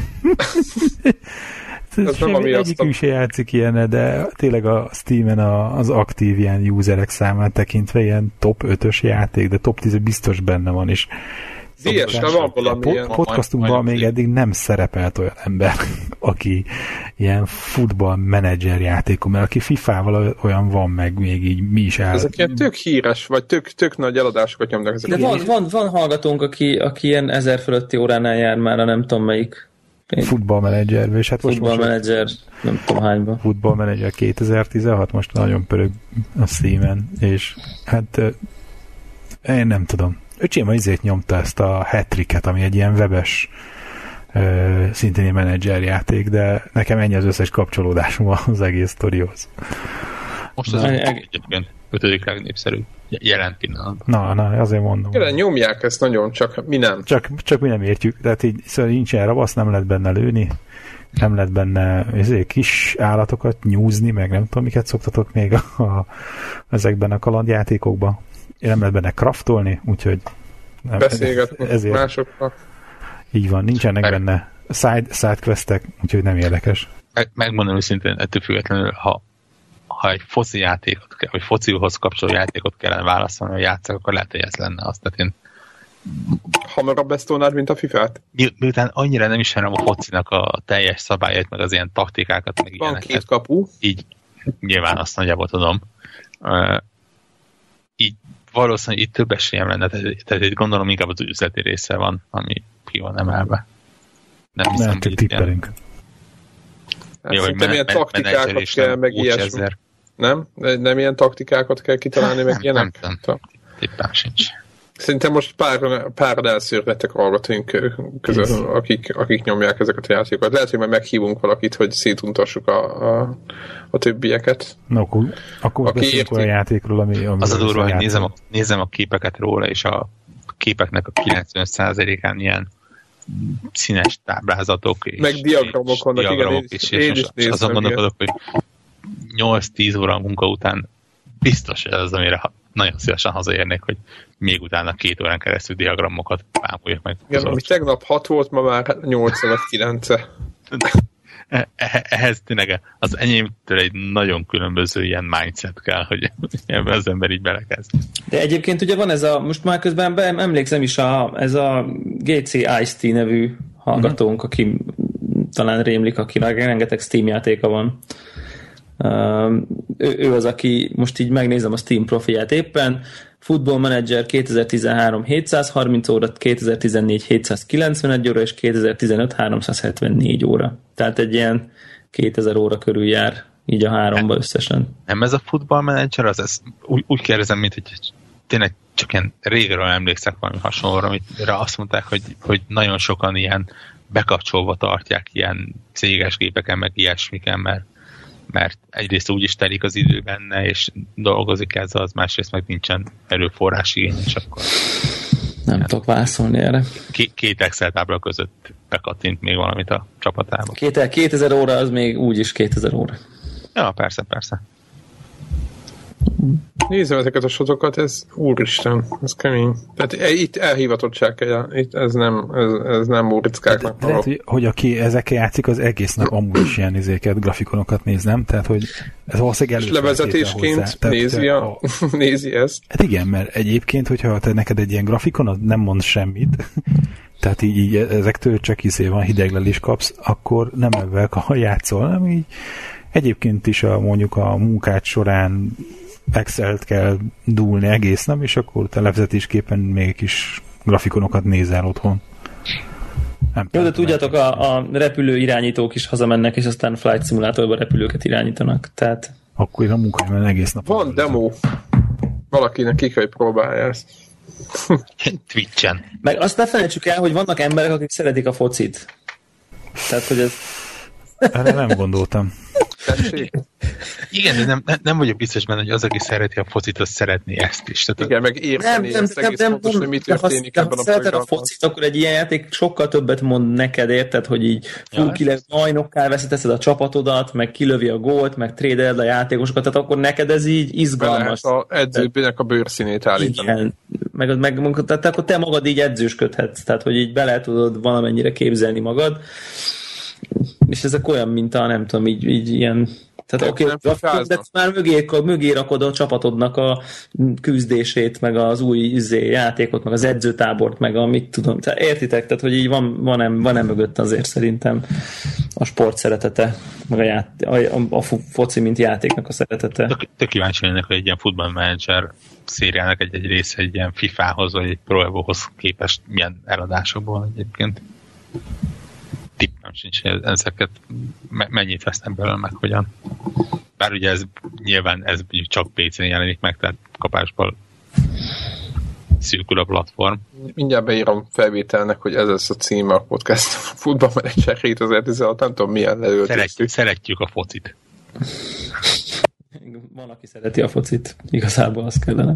Egyikük se játszik ilyene, de tényleg a Steam-en az aktív ilyen userek számát tekintve ilyen top 5-ös játék, de top 10 biztos benne van is. Podcastunkban még eddig nem szerepelt olyan ember, aki ilyen futballmenedzser játékon, mert aki FIFA-val olyan van, meg még így mi is el. Ezek ilyen tök híres, vagy tök nagy eladásokat nyomnak. De van hallgatónk, aki ilyen 1000 fölötti óránál jár már, a nem tudom melyik. Futballmenedzserbe, és hát futballmenedzser, nem tudom hányban. Futballmenedzser 2016, most nagyon pörög a Steam-en, és hát én nem tudom. Öcsém a izét nyomta ezt a Hat-Tricket, ami egy ilyen webes szintén egy menedzser játék, de nekem ennyi az összes kapcsolódásom az egész sztorihoz. Most az egyébként 5. legnépszerűbb jelen pillanatban. Na, azért mondom. Igen, nyomják ezt nagyon, csak mi nem. Csak mi nem értjük. Tehát így szóval nincsen ravasz, nem lehet benne lőni, nem lehet benne kis állatokat nyúzni, meg nem tudom, miket szoktatok még ezekben a kalandjátékokban. Nem lehet benne craftolni, úgyhogy beszélgetni másokkal. Így van, nincsenek benne sidequestek, úgyhogy nem érdekes. Megmondom őszintén, ettől függetlenül, ha egy foci játékot kell, vagy focihoz kapcsoló játékot kellene válaszolni, hogy játszak, akkor lehet, hogy ez lenne azt. Tehát én hamarabb ezt tolnád, mint a FIFA-t? Miután annyira nem ismerem a focinak a teljes szabályait, meg az ilyen taktikákat, meg ilyeneket. Van 2 kapu. Így nyilván azt nagyjából tudom. Így valószínűleg itt több esélyem lenne, tehát itt gondolom inkább az üzleti része van, ami ki van emelve. Nem hiszem, csak tippelünk. Szerintem ilyen taktikákat kell, meg ilyesmi. Nem? Nem ilyen taktikákat kell kitalálni, meg ilyenek? Nem. Tippem sincs. Szerintem most pár elszűrlettek hallgatóink közül, akik nyomják ezeket a játékokat. Lehet, hogy majd meghívunk valakit, hogy szétuntassuk a többieket. Na, akkor beszélünk olyan játékról, ami az a durva, hogy nézem a képeket róla, és a képeknek a 90%-án ilyen színes táblázatok és meg diagramok vannak, igen, és azon gondolkodok, hogy 8-10 óra munka után biztos ez az, amire nagyon szívesen hazaérnék, hogy még utána 2 órán keresztül diagramokat pámuljak meg. Igen, ami tegnap 6 volt, ma már 8 vagy 9. Ehhez tényleg az enyémtől egy nagyon különböző ilyen mindset kell, hogy ebben az ember így belekezd. De egyébként ugye van ez most már közben emlékszem is ez a GC Ice-T nevű hallgatónk, aki talán rémlik, akinek rengeteg Steam játéka van. Ő az, aki most így megnézem a Steam profilját éppen. Football Manager 2013 730 óra, 2014 791 óra, és 2015 374 óra. Tehát egy ilyen 2000 óra körül jár így a 3-ba összesen. Nem ez a Football Manager, úgy kérdezem, mint hogy tényleg csak ilyen régről emlékszek valami hasonlóra, amire azt mondták, hogy nagyon sokan ilyen bekapcsolva tartják ilyen céges gépeken, meg ilyesmiken, mert egyrészt úgy is telik az idő benne, és dolgozik ezzel, az másrészt meg nincsen erőforrás igény, és akkor nem tudok válaszolni erre. 2 Excel tábla között bekattint még valamit a csapatába. 2000 óra az még úgyis 2000 óra. Ja, persze. Nézem ezeket a sotokat, ez úristen, ez kemény. Tehát itt elhivatottság kell, itt ez nem úrickáknak. Lehet, hogy aki ezekkel játszik, az egész nap amúgy is ilyen grafikonokat néz, nem? Tehát, hogy ez valószínűleg és levezetésként nézi ezt. Hát igen, mert egyébként, hogyha te neked egy ilyen grafikon, az nem mond semmit, tehát így ezektől csak van hideglelés kapsz, akkor nem ebben játszol, hanem így egyébként is mondjuk a munkád során Excel-t kell dúlni egész nap, és akkor te levezetésképpen még kis grafikonokat nézel otthon. Jó, de tudjátok, a repülő irányítók is hazamennek, és aztán Flight Simulatorban repülőket irányítanak. Tehát... Akkor én a munkájában egész nap. Van demo. Valakinek ki kell próbálja ezt. Twitch-en. Meg azt ne felejtsük el, hogy vannak emberek, akik szeretik a focit. Tehát, hogy ez... Erre nem gondoltam. Igen, de nem vagyok biztos benne, hogy az, aki szereti a focit, az szeretné ezt is. Tehát igen, meg érteni ezt egész pontos, hogy mi történik ebben a szereted a focit, akkor egy ilyen játék sokkal többet mond neked, érted, hogy így bajnokká veszíteszed a csapatodat, meg kilövi a gólt, meg trédeled a játékosokat, tehát akkor neked ez így izgalmas. Az edzőbének a bőrszínét állítani. Igen. tehát akkor te magad így edzősködhetsz, tehát hogy így bele tudod valamennyire képzelni magad, és ezek olyan, mint a nem tudom, így ilyen. Tehát de már mögé rakod a csapatodnak a küzdését, meg az új játékot, meg az edzőtábort, meg a mit tudom. Tehát értitek? Tehát, hogy így van-e mögött azért szerintem a sport szeretete, meg a foci, mint játéknak a szeretete. Tök kíváncsi lennék, hogy egy ilyen futballmenedzser szériának egy része egy ilyen FIFA-hoz, vagy egy Pro Evo-hoz képest milyen eladásokból egyébként. Tippem sincs, hogy ezeket mennyit vesznek belőle, meg hogyan. Bár ugye ez nyilván ez csak PC-n jelenik meg, tehát kapásból szűkül a platform. Mindjárt beírom felvételnek, hogy ez lesz a címe a podcast Futballmenedzser 2016, nem tudom milyen lelőttük. Szeretjük a focit. Van, aki szereti a focit. Igazából az kellene.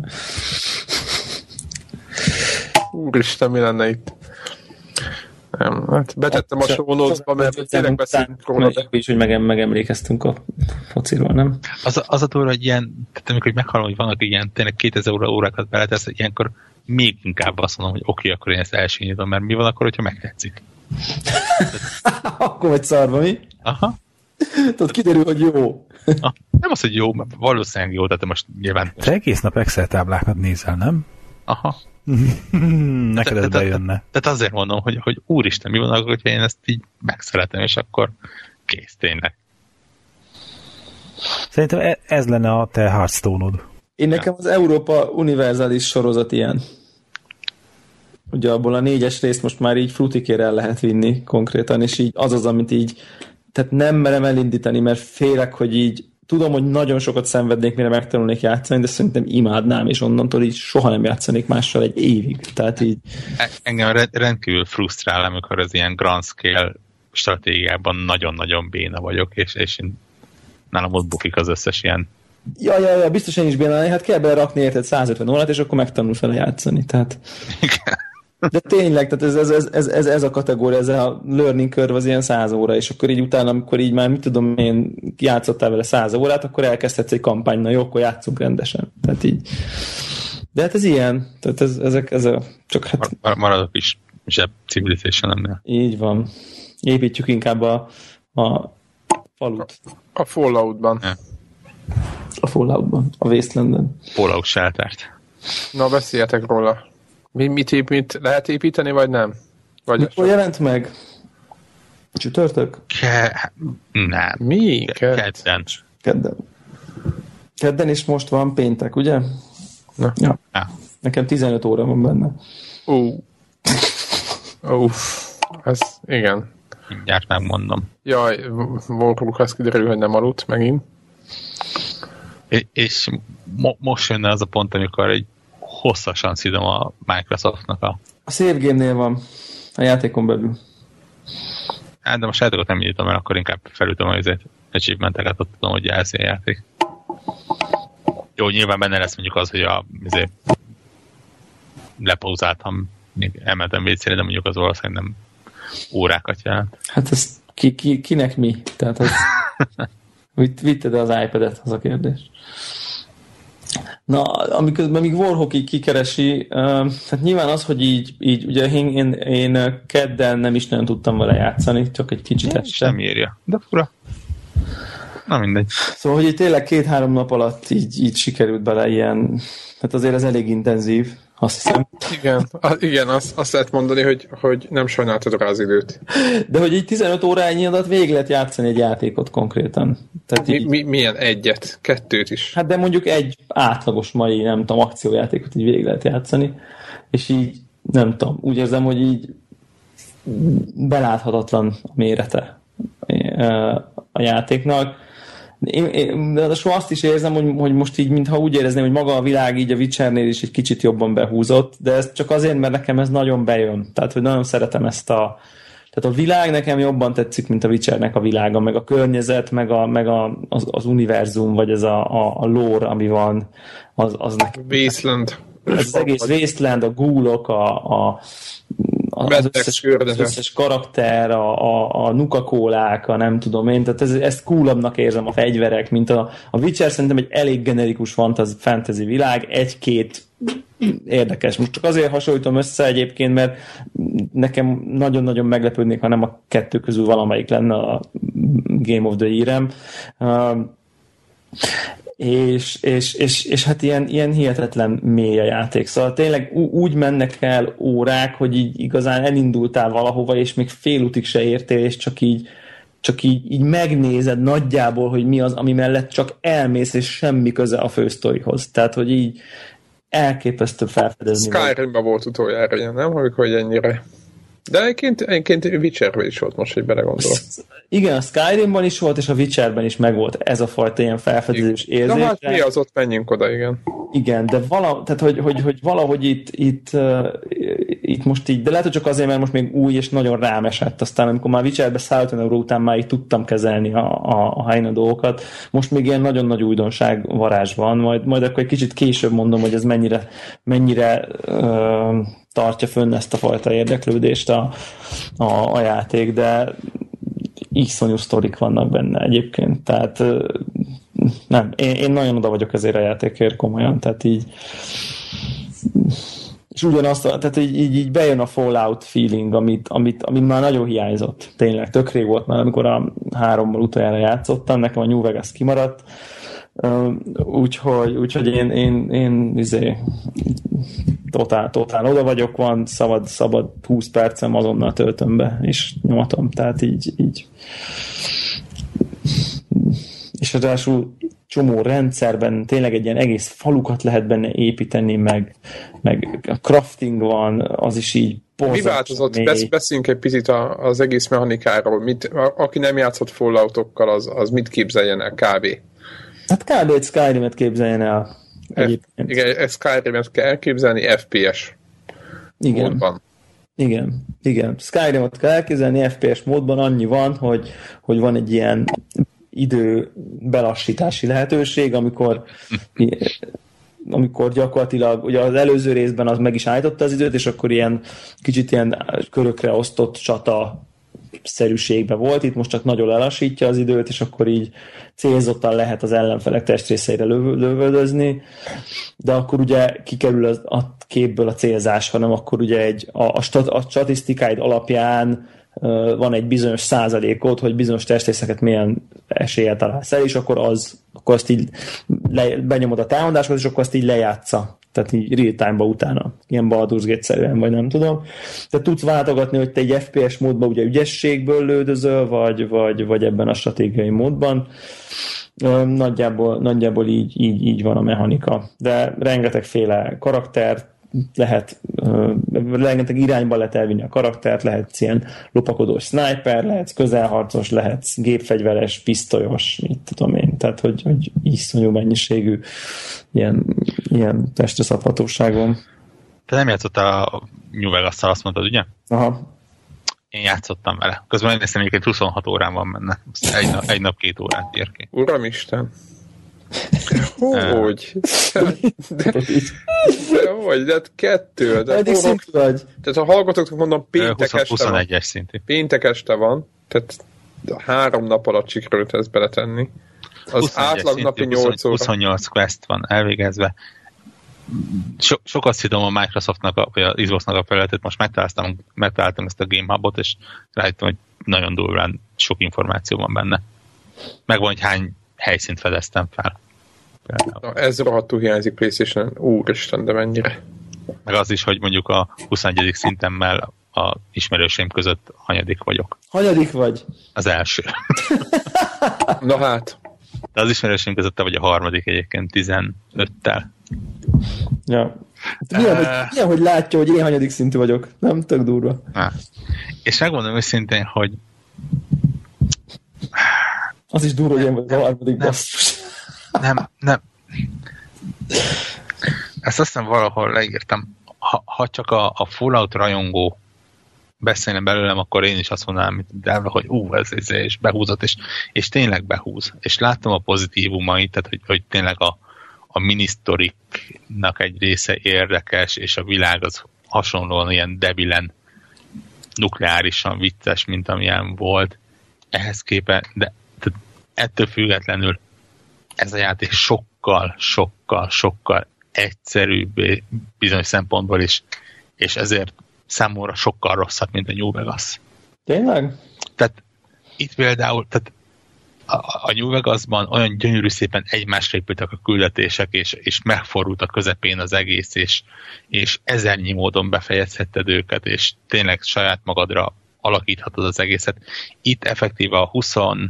Úristen, mi lenne itt? Nem, hát betettem a show notes-ba, mert tényleg beszélünk róla. És hogy megemlékeztünk a fociról, nem? Az a durva, hogy ilyen, tehát amikor meghallom, hogy vannak ilyen tényleg 2000 órákat beletesz, ilyenkor még inkább azt mondom, hogy oké, akkor én ezt elsényítom, mert mi van akkor, hogyha megtetszik? Akkor vagy szarva, mi? Aha. Tudod, kiderül, hogy jó. Nem az, hogy jó, mert valószínűleg jó, tehát most nyilván... Te egész nap Excel táblákat nézel, nem? Aha. Neked ez bejönne. Tehát azért mondom, hogy úristen, mi van akkor, hogyha én ezt így megszeretem, és akkor kész, tényleg. Szerintem ez lenne a te Hearthstone-od. Én nekem az Európa univerzális sorozat ilyen. Ugye abból a 4-es részt most már így frutikére el lehet vinni konkrétan, és így az, amit így, tehát nem merem elindítani, mert félek, hogy így tudom, hogy nagyon sokat szenvednék, mire megtanulnék játszani, de szerintem imádnám, és onnantól így soha nem játszanék mással egy évig. Tehát így... Engem rendkívül frusztrál, amikor az ilyen grand scale stratégiában nagyon-nagyon béna vagyok, és nálam ott bukik az összes ilyen. Ja, biztos én is bénálni, hát kell belerakni érted 150 órát, és akkor megtanulsz vele játszani. Tehát... De tényleg, tehát ez a kategória, ez a learning curve az ilyen 100 óra, és akkor így utána, amikor így már, mit tudom én, játszottál vele 100 órát, akkor elkezdhetsz egy kampány, na jó, akkor játszunk rendesen. Tehát így. De hát ez ilyen, tehát ez a csak hát... Maradok is zseb Civilization-emnél. Így van. Építjük inkább a falut. A Falloutban. Ja. A Falloutban. A Wastelanden. Fallout sheltert. Na, beszéljetek róla. Mit lehet építeni, vagy nem? Vagy mikor jelent meg? Csütörtök? Nem. Mi? Kedden, és most van péntek, ugye? Na. Ja. Nekem 15 óra van benne. Ez igen. Mindjárt megmondom. Jaj, Warhawk azt kiderül, hogy nem aludt megint. És most jönne az a pont, amikor egy hosszasan szidom a Microsoftnak a Save Game-nél van, a játékon belül. Hát, de most játékot nem nyitom, mert akkor inkább felültöm az achievement-eket, ott tudom, hogy jelzi a játék. Jó, nyilván benne lesz mondjuk az, hogy lepauzáltam, még elmentem vécére, de mondjuk az valószínűleg nem órákat jelent. Hát ez kinek mi? Tehát az... Vitted az iPad-et, az a kérdés. Na, amíg Warhawk így kikeresi, hát nyilván az, hogy így ugye én kedden nem is nagyon tudtam vele játszani, csak egy kicsit este. Nem írja, de fura. Na mindegy. Szóval, hogy tényleg 2-3 nap alatt így sikerült bele ilyen, hát azért ez elég intenzív, azt hiszem. Igen, azt lehet mondani, hogy nem sajnáltad rá az időt. De hogy így 15 órányi alatt végig lehet játszani egy játékot konkrétan. Tehát milyen egyet? 2 is? Hát de mondjuk egy átlagos mai, nem tudom, akciójátékot így végig lehet játszani, és így, nem tudom, úgy érzem, hogy így beláthatatlan a mérete a játéknak. De soha azt is érzem, hogy most így, mintha úgy érezném, hogy maga a világ így a Witchernél is egy kicsit jobban behúzott, de ez csak azért, mert nekem ez nagyon bejön. Tehát, hogy nagyon szeretem ezt tehát a világ nekem jobban tetszik, mint a Witchernek a világa, meg a környezet, meg az univerzum, vagy ez a lore, ami van, az nekem. Wasteland. Ez az egész Wasteland, a ghoulok, az összes karakter, a nukakólák, a nem tudom én, tehát ezt coolabbnak érzem, a fegyverek, mint a Witcher szerintem egy elég generikus fantasy világ, egy-két érdekes. Most csak azért hasonlítom össze egyébként, mert nekem nagyon-nagyon meglepődnék, ha nem a kettő közül valamelyik lenne a Game of the Year-em. És hát ilyen hihetetlen mély a játék. Szóval tényleg úgy mennek el órák, hogy így igazán elindultál valahova, és még félútig se értél, és csak így megnézed nagyjából, hogy mi az, ami mellett csak elmész, és semmi köze a fősztorihoz. Tehát, hogy így elképesztő felfedezni. Skyrimben volt utoljára ilyen, nem? Amikor ennyire... De egyébként Witcherben is volt most, hogy belegondolok. Igen, a Skyrimban is volt, és a Witcherben is megvolt ez a fajta ilyen felfedezős érzés. Na hát mi az ott, menjünk oda, igen. Igen, de tehát, hogy valahogy itt most így, de lehet, hogy csak azért, mert most még új és nagyon rám esett. Aztán amikor már Witcherbe 150 euró után már így tudtam kezelni a helyén a dolgokat, most még ilyen nagyon nagy újdonság varázs van, majd akkor egy kicsit később mondom, hogy ez mennyire tartja fönn ezt a fajta érdeklődést a játék, de iszonyú sztorik vannak benne egyébként, tehát nem, én nagyon oda vagyok ezért a játékért komolyan, tehát így és ugyanazt, tehát így bejön a Fallout feeling, amit már nagyon hiányzott, tényleg, tök rég volt már, amikor a 3-mal utoljára játszottam, nekem a New Vegas kimaradt, úgyhogy én totál oda vagyok, van szabad 20 percem, azonnal töltöm be, és nyomatom, tehát így és ráadásul csomó rendszerben tényleg egy ilyen egész falukat lehet benne építeni, meg a crafting van, az is így mi változott? Beszéljünk egy picit az egész mechanikáról. Aki nem játszott Falloutokkal, az mit képzeljen el kb? Hát kb. Egy Skyrim-et képzeljen el. Igen, Skyrim-et kell elképzelni FPS módban. Igen. Skyrim-et kell elképzelni FPS módban, annyi van, hogy van egy ilyen idő belassítási lehetőség, amikor gyakorlatilag, ugye az előző részben az meg is állította az időt, és akkor ilyen kicsit ilyen körökre osztott csata szerűségbe volt, itt most csak nagyon lelassítja az időt, és akkor így célzottan lehet az ellenfelek testrészeire lövöldözni, de akkor ugye kikerül a képből a célzás, hanem akkor ugye a statisztikáid alapján van egy bizonyos százalékod, hogy bizonyos testrészeket milyen eséllyel találsz el, és akkor azt így benyomod a támadáshoz, és akkor azt így lejátsza. Tehát így real time-ba utána. Ilyen Baldur's Gate-szerűen, vagy nem tudom. Tehát tudsz váltogatni, hogy te egy FPS módban ugye ügyességből lődözöl, vagy ebben a stratégiai módban. Nagyjából így van a mechanika. De rengetegféle karakter lehet, rengeteg irányba lehet elvinni a karaktert, lehetsz ilyen lopakodós sniper, lehetsz közelharcos, lehetsz gépfegyveres, pisztolyos, mit tudom én, tehát hogy iszonyú mennyiségű ilyen testre szabhatóság van. Te nem játszottál a New Vegas-szal, azt mondtad, ugye? Aha. Én játszottam vele. Közben én néztem, hogy 26 órán van benne. Egy nap 2 órát ér ki. Uramisten! Hogy? De hát 2. Eddig szintű vagy. Tehát a hallgatóknak mondom, péntek este 21-es szintű. Péntek este van, tehát 3 nap alatt sikerült ezt beletenni. Az átlag napi 8 óra. 28 quest van elvégezve. Sokat szidom a Microsoftnak, vagy az Xboxnak a felületet, most megtaláltam ezt a Game Hubot, és rájöttem, hogy nagyon durván sok információ van benne. Megvan, hogy hány helyszínt fedeztem fel. Na, ez rohadtul hiányzik PlayStation-en. Úristen, de mennyire. Meg az is, hogy mondjuk a 21. szintemmel a ismerőseim között hanyadik vagyok. Hanyadik vagy? Az első. Na hát. De az ismerőseim között te vagy a harmadik egyébként 15-tel. Ja. Milyen, hogy látja, hogy én hanyadik szintű vagyok. Nem tök durva. És megmondom őszintén, hogy az is durva, hogy én vagyok a harmadik basszus. Nem. Ezt aztán valahol leírtam. Ha csak a Fallout rajongó beszélne belőlem, akkor én is azt mondanám, hogy ez és behúzott, és tényleg behúz. És láttam a pozitívumait, tehát hogy tényleg a minisztoriknak egy része érdekes, és a világ az hasonlóan ilyen debilen, nukleárisan vicces, mint amilyen volt. Ehhez képest, de ettől függetlenül ez a játék sokkal egyszerűbbé bizonyos szempontból is, és ezért számomra sokkal rosszabb, mint a New Vegas. Tényleg? Tehát itt például, tehát a New Vegasban olyan gyönyörű szépen egymásra épültek a küldetések, és megforult a közepén az egész, és ezernyi módon befejezhetted őket, és tényleg saját magadra alakíthatod az egészet. Itt effektíve a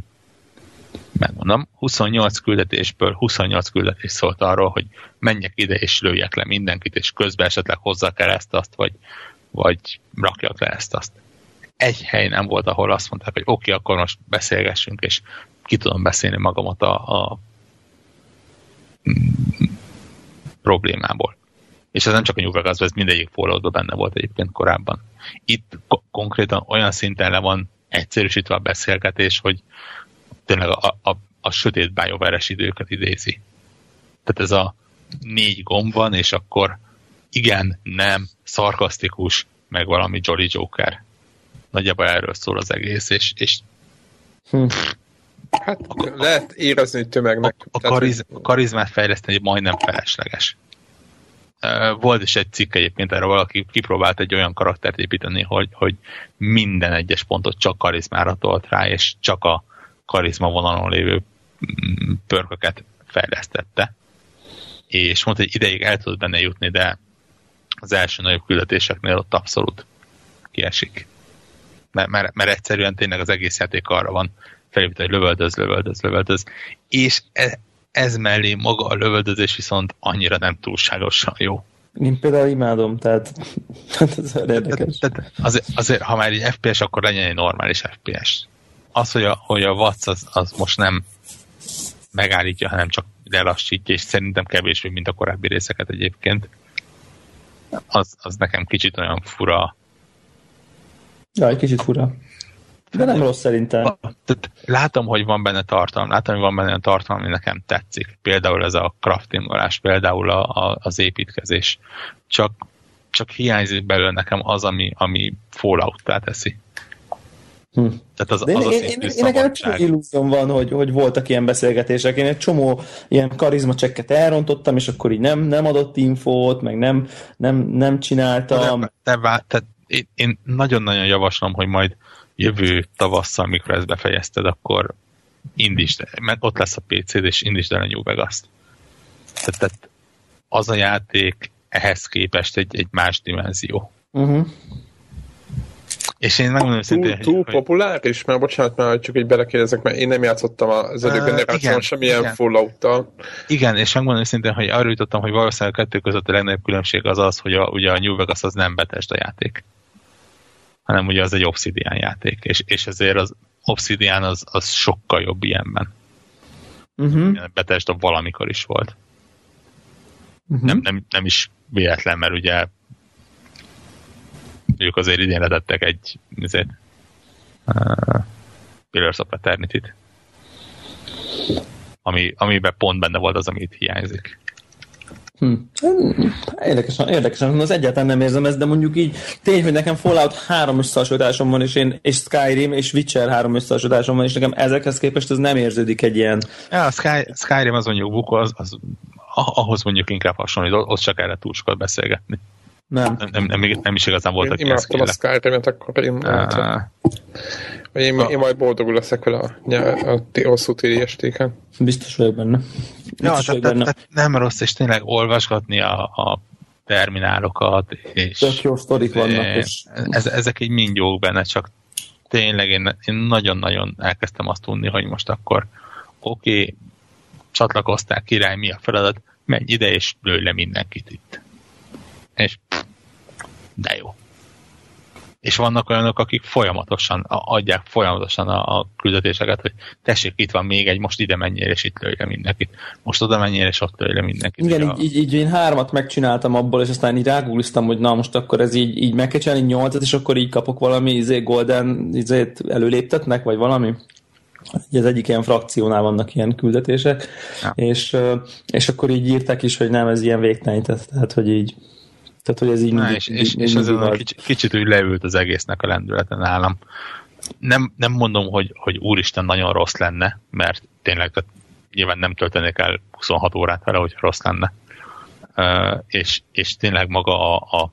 28 küldetésből 28 küldetés szólt arról, hogy menjek ide és lőjek le mindenkit, és közben esetleg hozzak el ezt-azt, vagy rakjak le ezt-azt. Egy hely nem volt, ahol azt mondták, hogy oké, akkor most beszélgessünk, és ki tudom beszélni magamat a problémából. És ez nem csak a New Vegasban, ez mindegyik Falloutban benne volt egyébként korábban. Itt konkrétan olyan szinten le van egyszerűsítve a beszélgetés, hogy tényleg a sötét BioWare-es időket idézi. Tehát ez a 4 gomb van, és akkor igen, nem, szarkasztikus, meg valami Jolly Joker. Nagyjából erről szól az egész, és hát lehet érezni tömegnek. A karizmát fejleszteni majdnem felesleges. Volt is egy cikk egyébként, erre valaki kipróbált egy olyan karaktert építeni, hogy minden egyes pontot csak karizmára tolt rá, és csak a karizma vonalon lévő pörköket fejlesztette. És mondta, hogy ideig el tudod benne jutni, de az első nagyobb küldetéseknél ott abszolút kiesik. Mert egyszerűen tényleg az egész játék arra van felépítve, hogy lövöldöz, és ez mellé maga a lövöldözés viszont annyira nem túlságosan jó. Én például imádom, tehát ez érdekes. Azért, ha már egy FPS, akkor legyen egy normális FPS. Az, hogy a Watts az most nem megállítja, hanem csak lelassítja, és szerintem kevésbé, mint a korábbi részeket egyébként. Az nekem kicsit olyan fura. Ja, egy kicsit fura. De nem rossz szerintem. Látom, hogy van benne tartalom, ami nekem tetszik. Például ez a craftingolás, például az építkezés. Csak hiányzik belőle nekem az, ami Fallout-tá teszi. Tehát az a szintű szabadság. Nekem egy illúzióm van, hogy voltak ilyen beszélgetések. Én egy csomó ilyen karizmacsekket elrontottam, és akkor így nem adott infót, meg nem csináltam. Tehát én nagyon-nagyon javaslom, hogy majd jövő tavasszal, amikor ezt befejezted, akkor indítsd, mert ott lesz a PC-d, és indítsd el a New Vegas-t. Tehát az a játék ehhez képest egy más dimenzió. Uh-huh. És én megmondom szintén, túl populáris? Mert bocsánat, már csak így belekérdezek, mert én nem játszottam az előgeneráción semmilyen Fallout-tal. Igen, és megmondom szintén, hogy arra jutottam, hogy valószínűleg a kettő között a legnagyobb különbség az, hogy ugye a New Vegas az nem Bethesda játék, hanem ugye az egy Obsidian játék, és ezért az Obsidian az sokkal jobb ilyenben. Uh-huh. Bethesda valamikor is volt. Uh-huh. Nem is véletlen, mert ugye ők azért idén letettek egy Pillars of Eternity-t, amiben pont benne volt az, amit hiányzik. Érdekesen, az egyáltalán nem érzem ezt, de mondjuk így tény, hogy nekem Fallout 3 összehasonlításom van, és Skyrim és Witcher 3 összehasonlításom van, és nekem ezekhez képest ez nem érződik egy ilyen... Ja, a Skyrim az mondjuk Vuko, az ahhoz mondjuk inkább hasonlít, ott csak erre túl sokat beszélgetni. Nem is igazán volt, aki ezt imádtam a Skyrim-et, akkor én majd boldogul leszek vele a hosszú téli estéken. Biztos vagyok benne. Tehát nem rossz, és tényleg olvasgatni a terminálokat, és tök jó sztorik vannak. Ezek így mind jók benne, csak tényleg én nagyon-nagyon elkezdtem azt tudni, hogy most akkor oké, csatlakoztál, király, mi a feladat, menj ide, és lőj le mindenkit itt. És de jó. És vannak olyanok, akik adják folyamatosan a küldetéseket, hogy tessék, itt van még egy, most ide menjél, és itt lőj le mindenkit. Most oda menjél, és ott lőj le mindenkit. Igen, így én 3-at megcsináltam abból, és aztán így rágoogliztam, hogy na most akkor ez így meg kell csinálni 8-at, és akkor így kapok valami golden előléptetnek, vagy valami. Az egyik ilyen frakciónál vannak ilyen küldetések, ja. És akkor így írták is, hogy nem, ez ilyen végtelen, tehát hogy így hogy ez így és azon kicsit úgy leült az egésznek a lendületen nálam. Nem mondom, hogy úristen nagyon rossz lenne, mert tényleg nyilván nem töltenék el 26 órát vele, hogy rossz lenne. és tényleg maga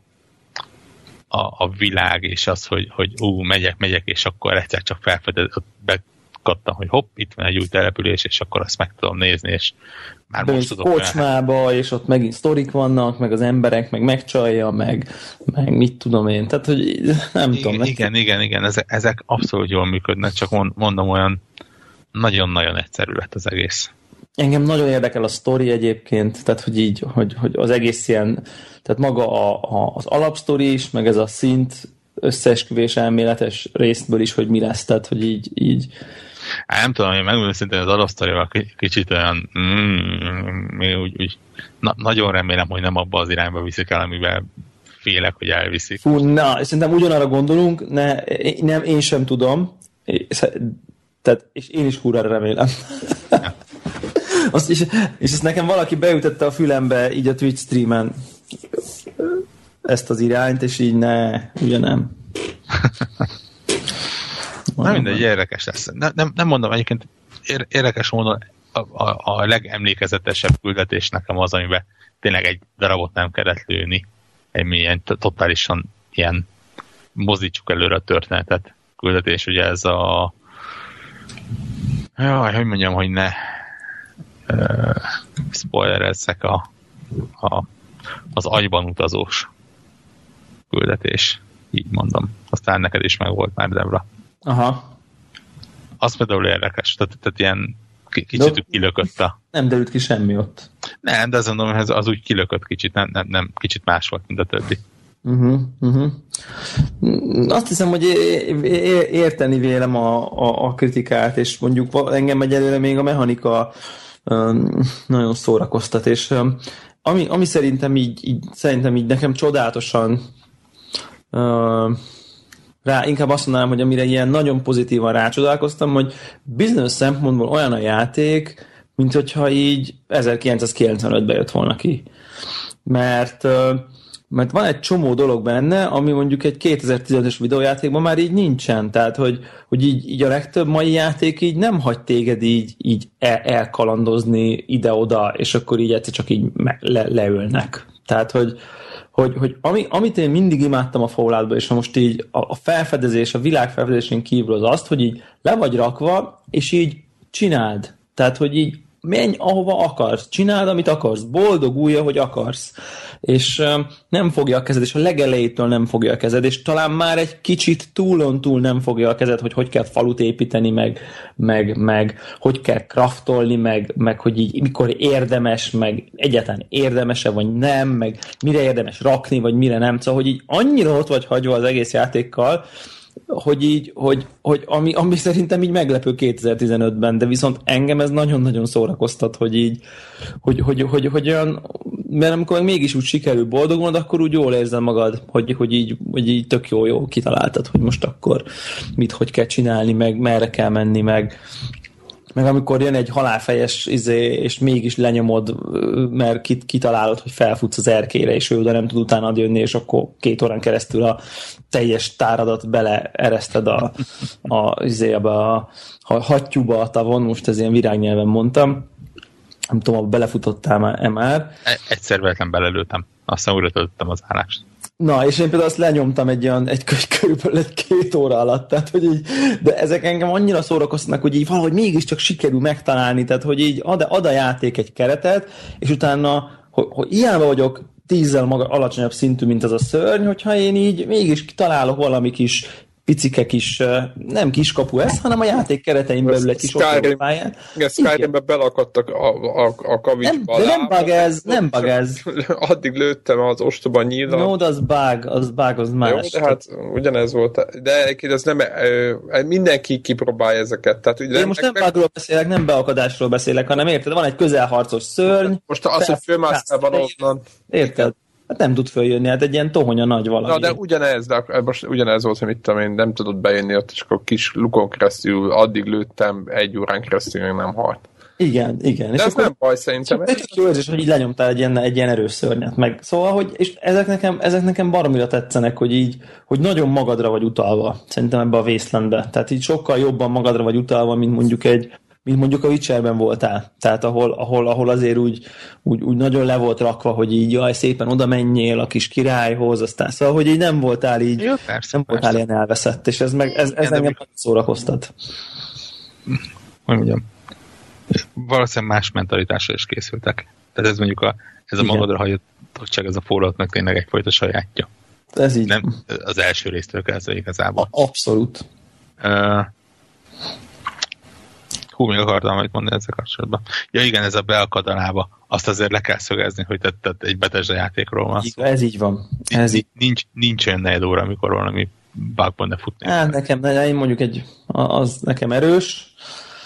a világ, és az, hogy megyek, és akkor egyszer csak bekattam, hogy hopp, itt van egy új település, és akkor azt meg tudom nézni, és már most tudok kocsmába, és ott megint sztorik vannak, meg az emberek, meg megcsalja, meg mit tudom én. Tehát, hogy nem tudom. Igen. Ezek abszolút jól működnek, csak mondom, olyan nagyon-nagyon egyszerű lett az egész. Engem nagyon érdekel a sztori egyébként, tehát hogy így, hogy az egész ilyen, tehát maga az alapsztori is, meg ez a szint összeesküvés elméletes részből is, hogy mi lesz, tehát hogy így. Nem tudom, én megmondom szintén az alapsztorival kicsit olyan úgy nagyon remélem, hogy nem abba az irányba viszik el, amivel félek, hogy elviszik. Szerintem ugyanarra gondolunk, én sem tudom, tehát, és én is kurvára remélem. Ja. És ezt nekem valaki beütette a fülembe így a Twitch streamen ezt az irányt, és így ugye nem. Nem mindegy, érdekes lesz. Nem mondom, egyébként érdekes módon a legemlékezetesebb küldetés nekem az, amiben tényleg egy darabot nem kellett lőni. Egy ilyen totálisan ilyen mozdítsuk előre a történetet küldetés, ugye ez hogy mondjam, hogy ne spoilerezzek az agyban utazós küldetés, így mondom. Aztán neked is meg volt már, Debra. Aha. Az például érdekes, tehát ilyen kicsit kilökött Nem derült ki semmi ott. Nem, de azt mondom, hogy az úgy kilökött kicsit, nem kicsit más volt, mint a többi. Azt hiszem, hogy érteni vélem a kritikát, és mondjuk engem egyelőre még a mechanika nagyon szórakoztat, és ami szerintem így nekem csodálatosan inkább azt mondanám, hogy amire ilyen nagyon pozitívan rácsodálkoztam, hogy bizonyos szempontból olyan a játék, mint hogyha így 1995-ben jött volna ki. Mert van egy csomó dolog benne, ami mondjuk egy 2015-ös videójátékban már így nincsen. Tehát, hogy így a legtöbb mai játék így nem hagy téged így elkalandozni ide-oda, és akkor így egyszer csak így leülnek. Tehát, hogy amit én mindig imádtam a Falloutban, és most így a felfedezés, a világ felfedezésén kívül az azt, hogy így le vagy rakva, és így csináld. Tehát, hogy így menj, ahova akarsz, csináld, amit akarsz, boldogulj, ahogy akarsz. És nem fogja a kezed, és a legelejétől nem fogja a kezed, és talán már egy kicsit túl nem fogja a kezed, hogy kell falut építeni, meg hogy kell craftolni, meg hogy így mikor érdemes, meg egyáltalán érdemes-e, vagy nem, meg mire érdemes rakni, vagy mire nem. Szóval, hogy így annyira ott vagy hagyva az egész játékkal, hogy ami szerintem így meglepő 2015-ben, de viszont engem ez nagyon-nagyon szórakoztat, hogy olyan, mert amikor mégis úgy sikerül boldogulnod, akkor úgy jól érzed magad, hogy így tök jó kitaláltad, hogy most akkor hogy kell csinálni, meg merre kell menni, meg amikor jön egy halálfejes és mégis lenyomod, mert kitalálod, hogy felfutsz az erkére, és ő oda nem tud utána jönni, és akkor 2 órán keresztül a teljes táradat beleereszted a hattyúba a tavon, most ez ilyen virágnyelven mondtam. Nem tudom, belefutottál már. Egyszer véletlen belelőttem. Aztán újra töltöttem az állást. Na, és én például azt lenyomtam körülbelül 2 óra alatt, tehát, hogy így, de ezek engem annyira szórakoztatnak, hogy így valahogy mégiscsak sikerül megtalálni, tehát, hogy így ad a játék egy keretet, és utána, hogy ilyenben vagyok 10-zel alacsonyabb szintű, mint ez a szörny, hogyha én így mégis találok valami kis picike kis, nem kiskapu ez, hanem a játék keretein belül egy kis pályán. Igen, Skyrimbe belakadtak a kavicsba. De nem bug ez. Addig lőttem az ostoba nyílra. No, az bug, az más. Jó, de hát ugyanez volt. De ez nem, mindenki kipróbálja ezeket. Tehát, ugye én most nem bugról beszélek, nem beakadásról beszélek, hanem érted, van egy közelharcos szörny. Most az, hogy fölmásztál valahonnan. Érted? Hát nem tud följönni, hát egy ilyen tohonya nagy valami. Na, de ugyanez volt, hogy mit tudom én, nem tudott bejönni ott, és akkor kis lukon keresztül, addig lőttem, 1 órán keresztül még nem halt. Igen. De és ez nem baj szerintem. Ez jó érzés, hogy így lenyomtál egy ilyen erős szörnyet meg. Szóval, hogy és ezek nekem baromira tetszenek, hogy nagyon magadra vagy utalva, szerintem ebbe a Wastelandbe. Tehát így sokkal jobban magadra vagy utalva, mint mondjuk egy mint mondjuk a Witcherben voltál. Tehát ahol azért úgy nagyon le volt rakva, hogy így jaj, szépen oda menjél a kis királyhoz, aztán szóval, hogy így nem voltál így, jó, persze, voltál ilyen elveszett, és ez engem szórakoztat. Hogy mondjam, valószínűleg más mentalitásra is készültek. Tehát ez mondjuk ez a magadra hajtottság, ez a Falloutnak tényleg egyfajta sajátja. Ez így. Nem az első résztől kezdve igazából. Abszolút. Még akartam amit mondani ezzel kapcsolatban. Ja igen, ez a beakadalába. Azt azért le kell szögezni, hogy tehát egy Bethesda játékról van szó. Ez így van. Nincs olyan 4 óra, amikor valami bugban ne futni. Nekem mondjuk az nekem erős.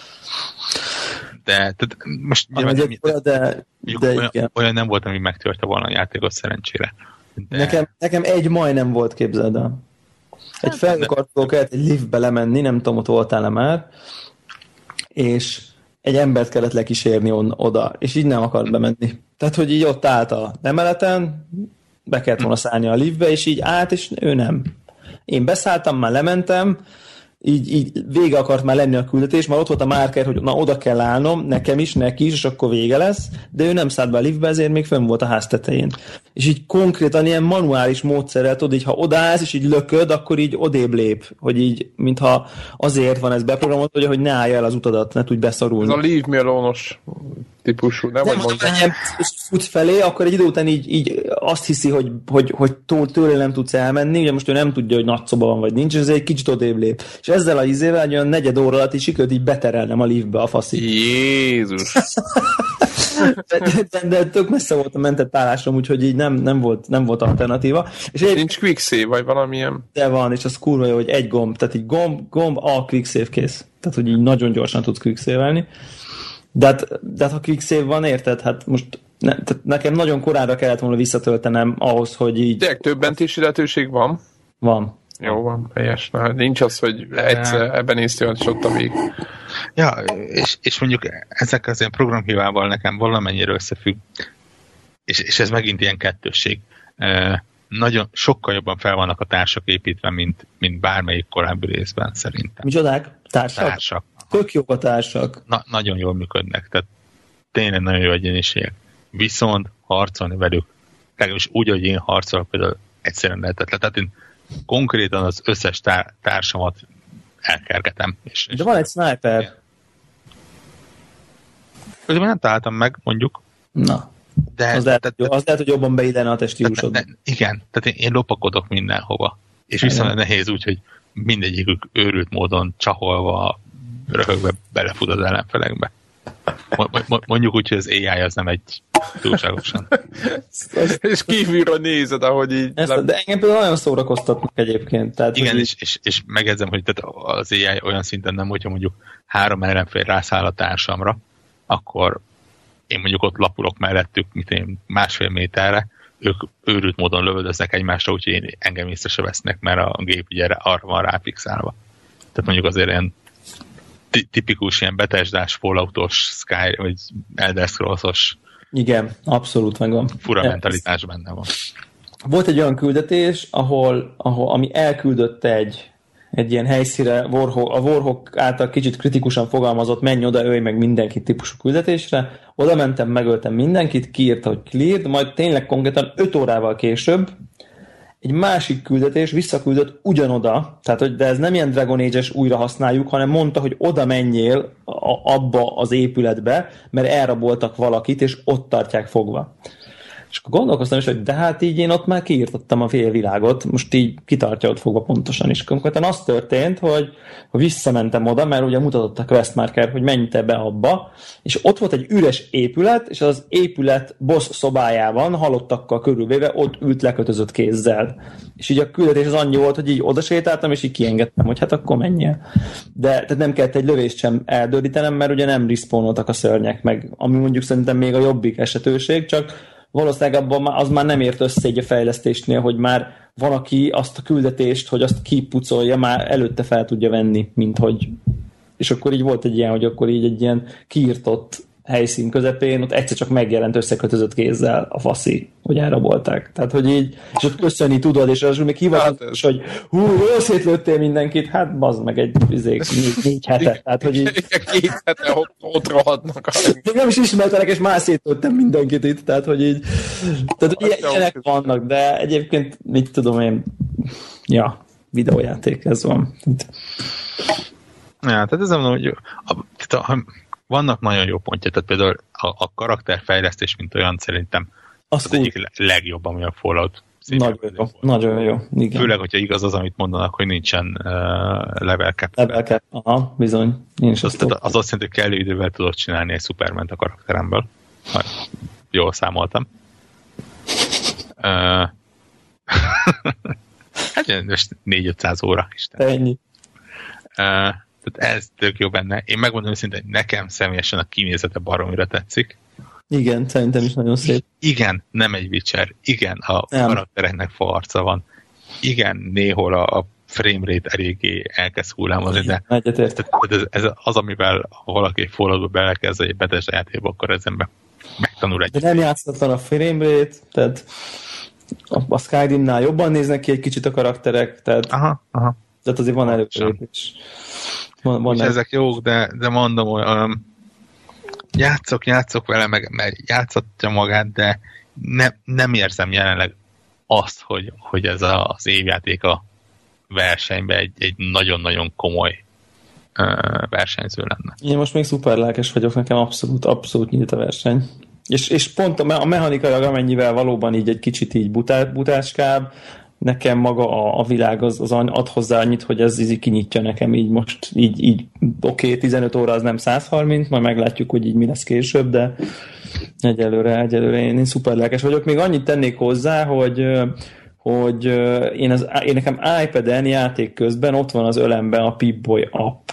De tehát most olyan nem volt, ami megtörte volna a játékot szerencsére. Nekem egy majdnem volt, képzeld el. Egy felkartól kellett egy liftbe lemenni, nem tudom, ott voltál-e már, és egy embert kellett lekísérni oda, és így nem akart bemenni. Tehát, hogy így ott állt a emeleten, be kellett volna szállni a liftbe, és így állt, és ő nem. Én beszálltam, már lementem, így vége akart már lenni a küldetés, már ott volt a márker, hogy na oda kell állnom, nekem is, neki is, és akkor vége lesz, de ő nem szállt be a liftbe, ezért még fönn volt a ház tetején. És így konkrétan ilyen manuális módszerrel tudod, így ha odaállsz, és így lököd, akkor így odébb lép, hogy így, mintha azért van ez beprogramolva, hogy ne állj el az utadat, ne tudj beszorulni. Ez a leave me alone-os típusú, nem vagy mondani. És futsz felé, akkor egy idő után így azt hiszi, hogy tőle nem tudsz elmenni, ugye most ő nem tudja, hogy nagy szoba van, vagy nincs, és ezért egy kicsit odébb lép. És ezzel a izével egy olyan 4 óra alatt is sikerült így beterelnem a liftbe a faszit. Jézus! de tök messze volt a mentett állásom, úgyhogy így nem volt alternatíva. És nincs quick save, vagy valamilyen? De van, és az kurva jó, hogy egy gomb, tehát így gomb, a quick save kész. Tehát, hogy így nagyon gyorsan tudsz quick save-elni. De hát ha quick save van, érted? Hát most tehát nekem nagyon korára kellett volna visszatöltenem ahhoz, hogy így... De többentési lehetőség van? Van. Jó van, helyes. Na, nincs az, hogy egyszer ebben néztél, és ott a vég. Ja, és mondjuk ezek az ilyen programhibával nekem valamennyire összefügg, és ez megint ilyen kettősség. Nagyon sokkal jobban fel vannak a társak építve, mint bármelyik korábbi részben szerintem. Micsodák? Társak? Tök jók a társak. Nagyon jól működnek, tehát tényleg nagyon jó egyéniségek. Viszont harcolni velük, legalábbis úgy, hogy én harcolok, például egyszerűen lehetetlen. Tehát én konkrétan az összes társamat elkergetem. De van egy sniper. Közben nem találtam meg, mondjuk. Na. Az lehet, hogy jobban beillene a te stílusod. Igen, tehát én lopakodok mindenhova. És viszont nehéz úgy, hogy mindegyikük őrült módon csaholva, röhögve belefut az ellenfelekbe. Mondjuk úgy, hogy az AI az nem egy túlságosan. És kívülről nézed, ahogy így... De engem például nagyon szórakoztatnak egyébként. Tehát, igen, és megjegyzem, hogy tehát az AI olyan szinten nem, hogyha mondjuk 3 ellenfél rászáll a társamra, akkor én mondjuk ott lapulok mellettük, mint én 1,5 méterre, ők őrült módon lövöldöznek egymásra, úgyhogy engem észre se vesznek, mert a gép ugye arra van ráfixálva. Tehát mondjuk azért ilyen tipikus ilyen Bethesda-s, Fallout-os, Sky, vagy Elder Scrolls-os. Igen, abszolút megvan. Fura mentalitás benne van. Volt egy olyan küldetés, ami elküldött egy ilyen helyszínre, a Warhawk által kicsit kritikusan fogalmazott, menj oda, ölj meg mindenkit típusú küldetésre. Oda mentem, megöltem mindenkit, kiírta, hogy cleared, majd tényleg konkrétan 5 órával később egy másik küldetés visszaküldött ugyanoda, tehát, de ez nem ilyen Dragon Age-es újra használjuk, hanem mondta, hogy oda menjél abba az épületbe, mert elraboltak valakit, és ott tartják fogva. És akkor gondolkoztam is, hogy de hát így én ott már kiírtottam a fél világot, most így kitartja ott fogva pontosan is. Konkrétan az történt, hogy visszamentem oda, mert ugye mutatott a questmarker, hogy menj te be abba, és ott volt egy üres épület, és az épület boss szobájában halottakkal körülvéve ott ült lekötözött kézzel. És így a küldetés az annyi volt, hogy így odasétáltam, és így kiengedtem, hogy hát akkor menjél. De tehát nem kellett egy lövést sem eldődítenem, mert ugye nem respawnoltak a szörnyek meg, ami mondjuk szerintem még a jobbik esetőség, csak valószínűleg abban az már nem ért össze egy a fejlesztésnél, hogy már van, aki azt a küldetést, hogy azt kipucolja, már előtte fel tudja venni, mint hogy... És akkor így volt egy ilyen, hogy akkor így egy ilyen kiirtott helyszín közepén, ott egyszer csak megjelent összekötözött kézzel a faszi, hogy elrabolták. Tehát, hogy így, és ott köszönni tudod, és az még hivatalos, hogy jól szétlőttél mindenkit, hát bazd meg egy 4 hete. Tehát, hogy így... 2 hete ott rohadnak. Még nem is ismertelek, és már szétlőttem mindenkit itt, tehát, hogy így... Tehát, hogy ilyenek vannak, de egyébként, mit tudom én, ja, videójáték, ez van. Ja, tehát ez mondom, hogy vannak nagyon jó pontja, tehát például a karakterfejlesztés, mint olyan szerintem az egyik legjobb, ami a Fallout. Nagyon jó. Igen. Főleg, hogyha igaz az, amit mondanak, hogy nincsen level cap. Level cap, aha, bizony. Én is az azt jelenti, hogy kellő idővel tudod csinálni egy Superman-t a karakteremből. Jól számoltam. Hát most 400-500 óra. Isten. Ennyi. Tehát ez tök jó benne. Én megmondom őszintén, hogy nekem személyesen a kinézete baromira tetszik. Igen, szerintem is nagyon szép. Igen, nem egy Witcher. Igen, a karaktereknek farca van. Igen, néhol a framerate eléggé elkezd hullámozni, de ez az, amivel ha valaki egy Falloutba belekezd egy betes játékba, akkor ez ember megtanul egy. De nem játszatlan a framerate, tehát a Skyrimnál jobban néznek ki egy kicsit a karakterek, tehát, tehát azért van előrelépés. Van ezek jók, de mondom, hogy játszok vele, mert játszatja magát, de nem érzem jelenleg azt, hogy ez az évjáték a versenyben egy nagyon-nagyon komoly versenyző lenne. Én most még szuper lelkes vagyok, nekem abszolút nyílt a verseny. És pont a mechanikailag amennyivel valóban így egy kicsit így butácskább, nekem maga a világ az ad hozzá annyit, hogy ez így kinyitja nekem így most, így oké, 15 óra az nem 130, majd meglátjuk, hogy így mi lesz később, de egyelőre én szuper lelkes vagyok. Még annyit tennék hozzá, hogy én nekem iPad-en játék közben ott van az ölemben a Pip-Boy app.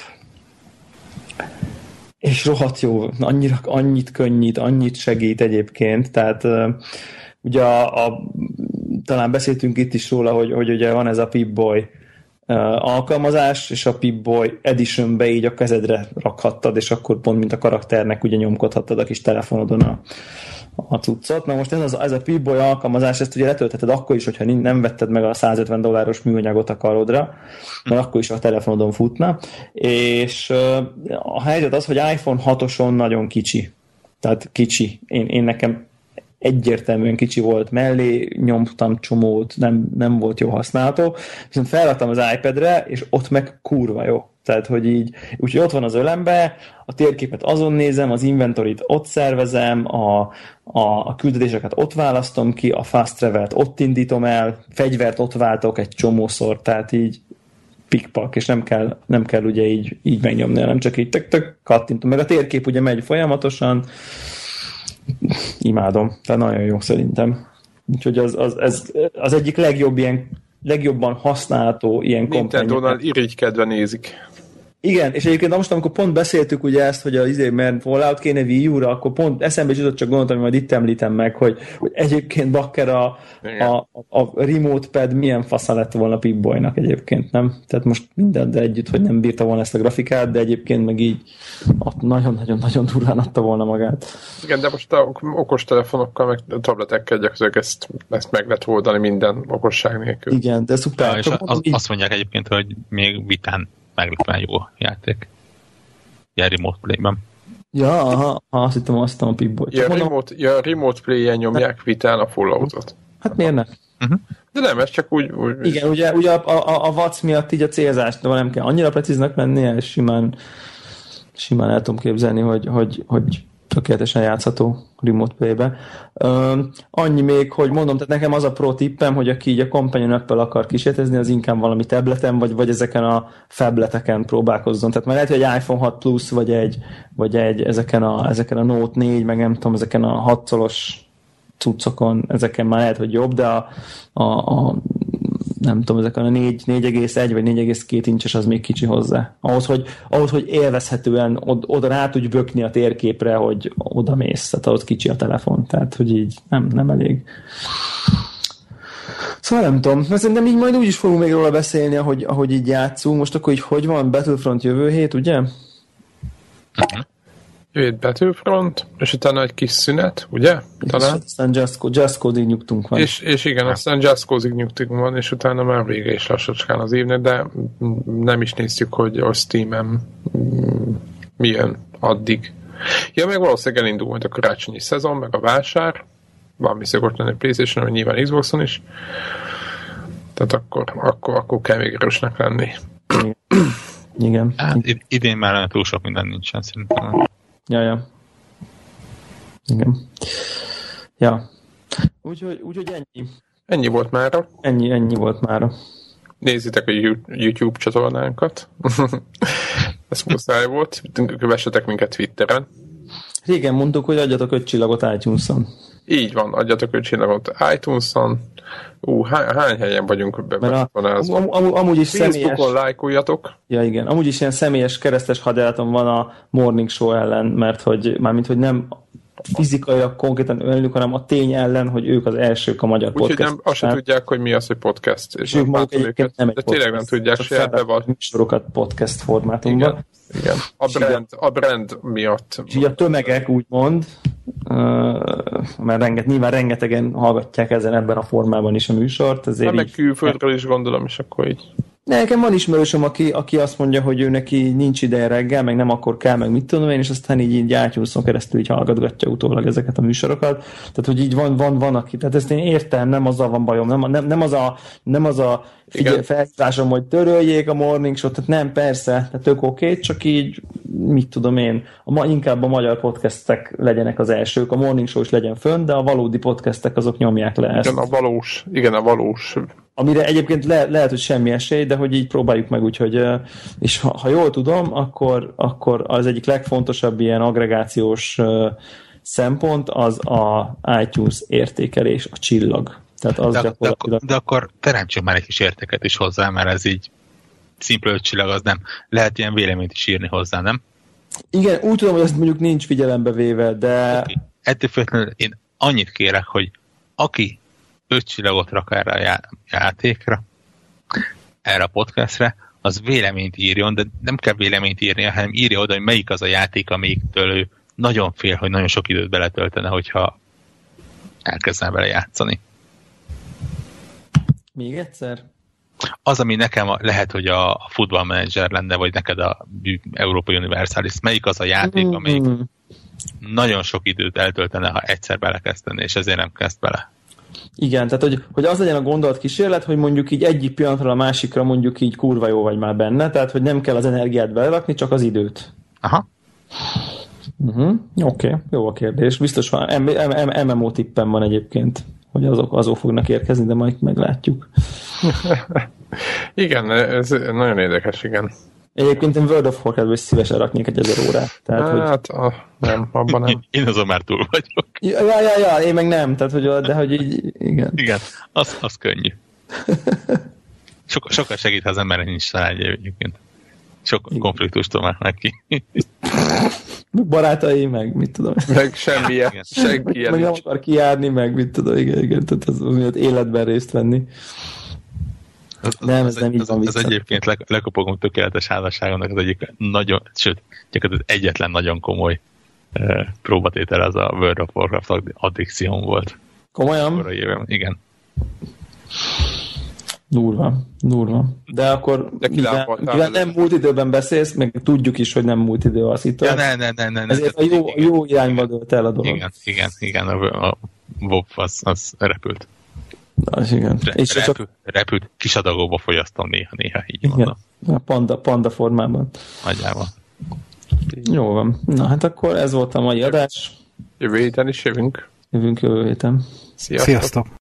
És rohadt jó, annyit könnyít, annyit segít egyébként, tehát ugye talán beszéltünk itt is róla, hogy ugye van ez a Pip-Boy alkalmazás, és a Pip-Boy Edition-be így a kezedre rakhattad, és akkor pont mint a karakternek ugye nyomkodhattad a kis telefonodon a cuccot. Na most ez a Pip-Boy alkalmazás, ezt ugye letöltheted akkor is, hogyha nem vetted meg a $150 műanyagot a karodra, mert akkor is a telefonodon futna, és a helyzet az, hogy iPhone 6-oson nagyon kicsi. Tehát kicsi. Én nekem egyértelműen kicsi volt, mellé nyomtam csomót, nem volt jó használható, viszont felraktam az iPad-re, és ott meg kurva jó. Tehát, hogy így, úgyhogy ott van az ölembe, a térképet azon nézem, az inventoryt ott szervezem, a küldetéseket ott választom ki, a fast travel-t ott indítom el, fegyvert ott váltok egy csomószor, tehát így pikpak, és nem kell ugye így megnyomni, nem csak így tök kattintom. Meg a térkép ugye megy folyamatosan, imádom, tehát nagyon jó szerintem. Úgyhogy az egyik legjobban használható ilyen kompány. Nintendo-nál irigykedve nézik. Igen, és egyébként most, amikor pont beszéltük ugye ezt, hogy mert Fallout kéne Wii U-ra, akkor pont eszembe is jutott, csak gondoltam, hogy majd itt említem meg, hogy egyébként bakker a remote pad milyen fasza lett volna Pip-Boynak egyébként, nem? Tehát most minden, de együtt, hogy nem bírta volna ezt a grafikát, de egyébként meg így nagyon-nagyon durván adta volna magát. Igen, de most a okostelefonokkal, meg tabletekkel gyakorlatilag ezt meg lehet oldani minden okosság nélkül. Igen, de szuper. Ja, és azt mondják egyébként, hogy még vitán meglepően jó játék. Ilyen remote play-ben. Ja, azt hittem a Pip-Boy. Ja, remote play-en nyomják vitán a Falloutot. Hát miért ne? De nem, ez csak úgy... Igen, ugye a VATS miatt így a célzást nem kell annyira precíznek lennie, és simán el tudom képzelni, hogy tökéletesen játszható remote play-be. Annyi még, hogy mondom, tehát nekem az a pro tippem, hogy aki így a Companion App-el akar kísérletezni, az inkább valami tableten, vagy ezeken a phableteken próbálkozzon. Tehát már lehet, hogy egy iPhone 6 Plus, vagy egy ezeken a Note 4, meg nem tudom, ezeken a 6 colos cuccokon, ezeken már lehet, hogy jobb, de a nem tudom, ezeken a 4,1 vagy 4,2 incses az még kicsi hozzá. Ahhoz, hogy élvezhetően oda rá tudj bökni a térképre, hogy oda mész. Tehát ahhoz kicsi a telefon. Tehát, hogy így nem elég. Szóval nem tudom. Szerintem így majd úgy is fogunk még róla beszélni, ahogy így játszunk. Most akkor így hogy van? Battlefront jövő hét, ugye? Jöjjött Battlefront, és utána egy kis szünet, ugye? Talán? És aztán Just Cause-ig nyugtunk van. És igen, aztán Just Cause-ig nyugtunk van, és utána már vége is lassacskán az évnek, de nem is néztük, hogy a Steam-en milyen addig. Ja, meg valószínűleg elindul majd a karácsonyi szezon, meg a vásár. Valami szokott lenni PlayStation, vagy nyilván Xboxon is. Tehát akkor kell még erősnek lenni. Igen. Hát, idén már túl sok minden nincsen, szerintem. Ja. Igen. Ja. Úgyhogy ennyi. Ennyi volt mára. Ennyi volt mára. Nézzétek a YouTube csatornánkat. Ez muszáj volt. Kövessetek minket Twitteren. Régen mondtuk, hogy adjatok 5 csillagot iTunes-on. Így van, adjatok 5 csillagot iTunes-on. Hány helyen vagyunk amúgy is Facebookon lájkoljatok. Ja, igen. Amúgy is ilyen személyes keresztes hadjáraton van a Morning Show ellen, mert hogy nem fizikailag konkrétan önlük, hanem a tény ellen, hogy ők az elsők a magyar podcast. Úgyhogy azt se tudják, hogy mi az, hogy podcast. És ők maguk egyébként nem egy de tényleg nem tudják, saját bevat. Műsorokat podcast formátumban. Igen. A brand miatt. És így a tömegek úgymond, mert nyilván rengetegen hallgatják ebben a formában is a műsort. Ezért meg külföldről is gondolom, és akkor így. Nekem van ismerősöm, aki azt mondja, hogy ő neki nincs ideje reggel, meg nem akkor kell, meg mit tudom én, és aztán így iTunes-on keresztül így hallgatgatja utólag ezeket a műsorokat. Tehát, hogy így van aki. Tehát ezt én értem, nem azzal van bajom, nem az a felhívásom, hogy töröljék a Morning Show-t, tehát nem, persze, tehát tök oké, csak így, mit tudom én, inkább a magyar podcastek legyenek az elsők, a Morning Show is legyen fönn, de a valódi podcastek azok nyomják le ezt. Igen, a valós. Amire egyébként lehet, hogy semmi esély, de hogy így próbáljuk meg, úgyhogy, és ha jól tudom, akkor az egyik legfontosabb ilyen agregációs szempont az a iTunes értékelés, a csillag. Tehát az de akkor teremtsünk már egy kis értéket is hozzá, mert ez így szimpla 5 csillag, az nem. Lehet ilyen véleményt is írni hozzá, nem? Igen, úgy tudom, hogy ezt mondjuk nincs figyelembe véve, de... Okay. Ettől függetlenül én annyit kérek, hogy aki 5 csillagot rak erre a játékra, erre a podcastre, az véleményt írjon, de nem kell véleményt írnia, hanem írja oda, hogy melyik az a játék, amelyiktől ő nagyon fél, hogy nagyon sok időt beletöltene, hogyha elkezdene vele játszani. Még egyszer? Az, ami nekem lehet, hogy a Football Manager lenne, vagy neked a Europa Universalis, melyik az a játék, amelyik nagyon sok időt eltöltene, ha egyszer belekezdene, és ezért nem kezd bele. Igen, tehát hogy az legyen a gondolatkísérlet, hogy mondjuk így egyik pillanatról a másikra mondjuk így kurva jó vagy már benne, tehát hogy nem kell az energiát belerakni, csak az időt. Aha. Oké, jó a kérdés. Biztos van, MMO tippem van egyébként, hogy azok fognak érkezni, de majd meglátjuk. Igen, ez nagyon érdekes, igen. Egyébként én World of Warcraftból is szívesen raknék egy 1000 órát. Tehát, nem, abban nem. Én azon már túl vagyok. Ja, én meg nem, tehát, de hogy így, igen. Igen, az könnyű. Sokkal segít, ha az embernek nincs családja egyébként. Sok konfliktustól már neki. Barátai, meg mit tudom. Meg semmilyen, senki meg nem akar kijárni, meg mit tudom, igen, tehát az miatt életben részt venni. Nem, ez nem így van vicc. Az egyébként lekopogunk tökéletes házasságomnak az egyik nagyon, sőt, gyakorlatilag egyetlen nagyon komoly próbatétel az a World of Warcraft addikción volt. Komolyan? Igen. Durva. De akkor mivel nem múlt időben beszélsz, meg tudjuk is, hogy nem múlt idő az itt. Ja, ne. Ezért a jó irányba dőlt el a dolog. Igen, a WoW az repült. Igen. Repült, kis adagokba fogyasztom néha így mondom. A panda formában. Nagyjából. Jó van. Na hát akkor ez volt a mai adás. Jövő héten is jövünk. Jövünk jövő héten. Sziasztok!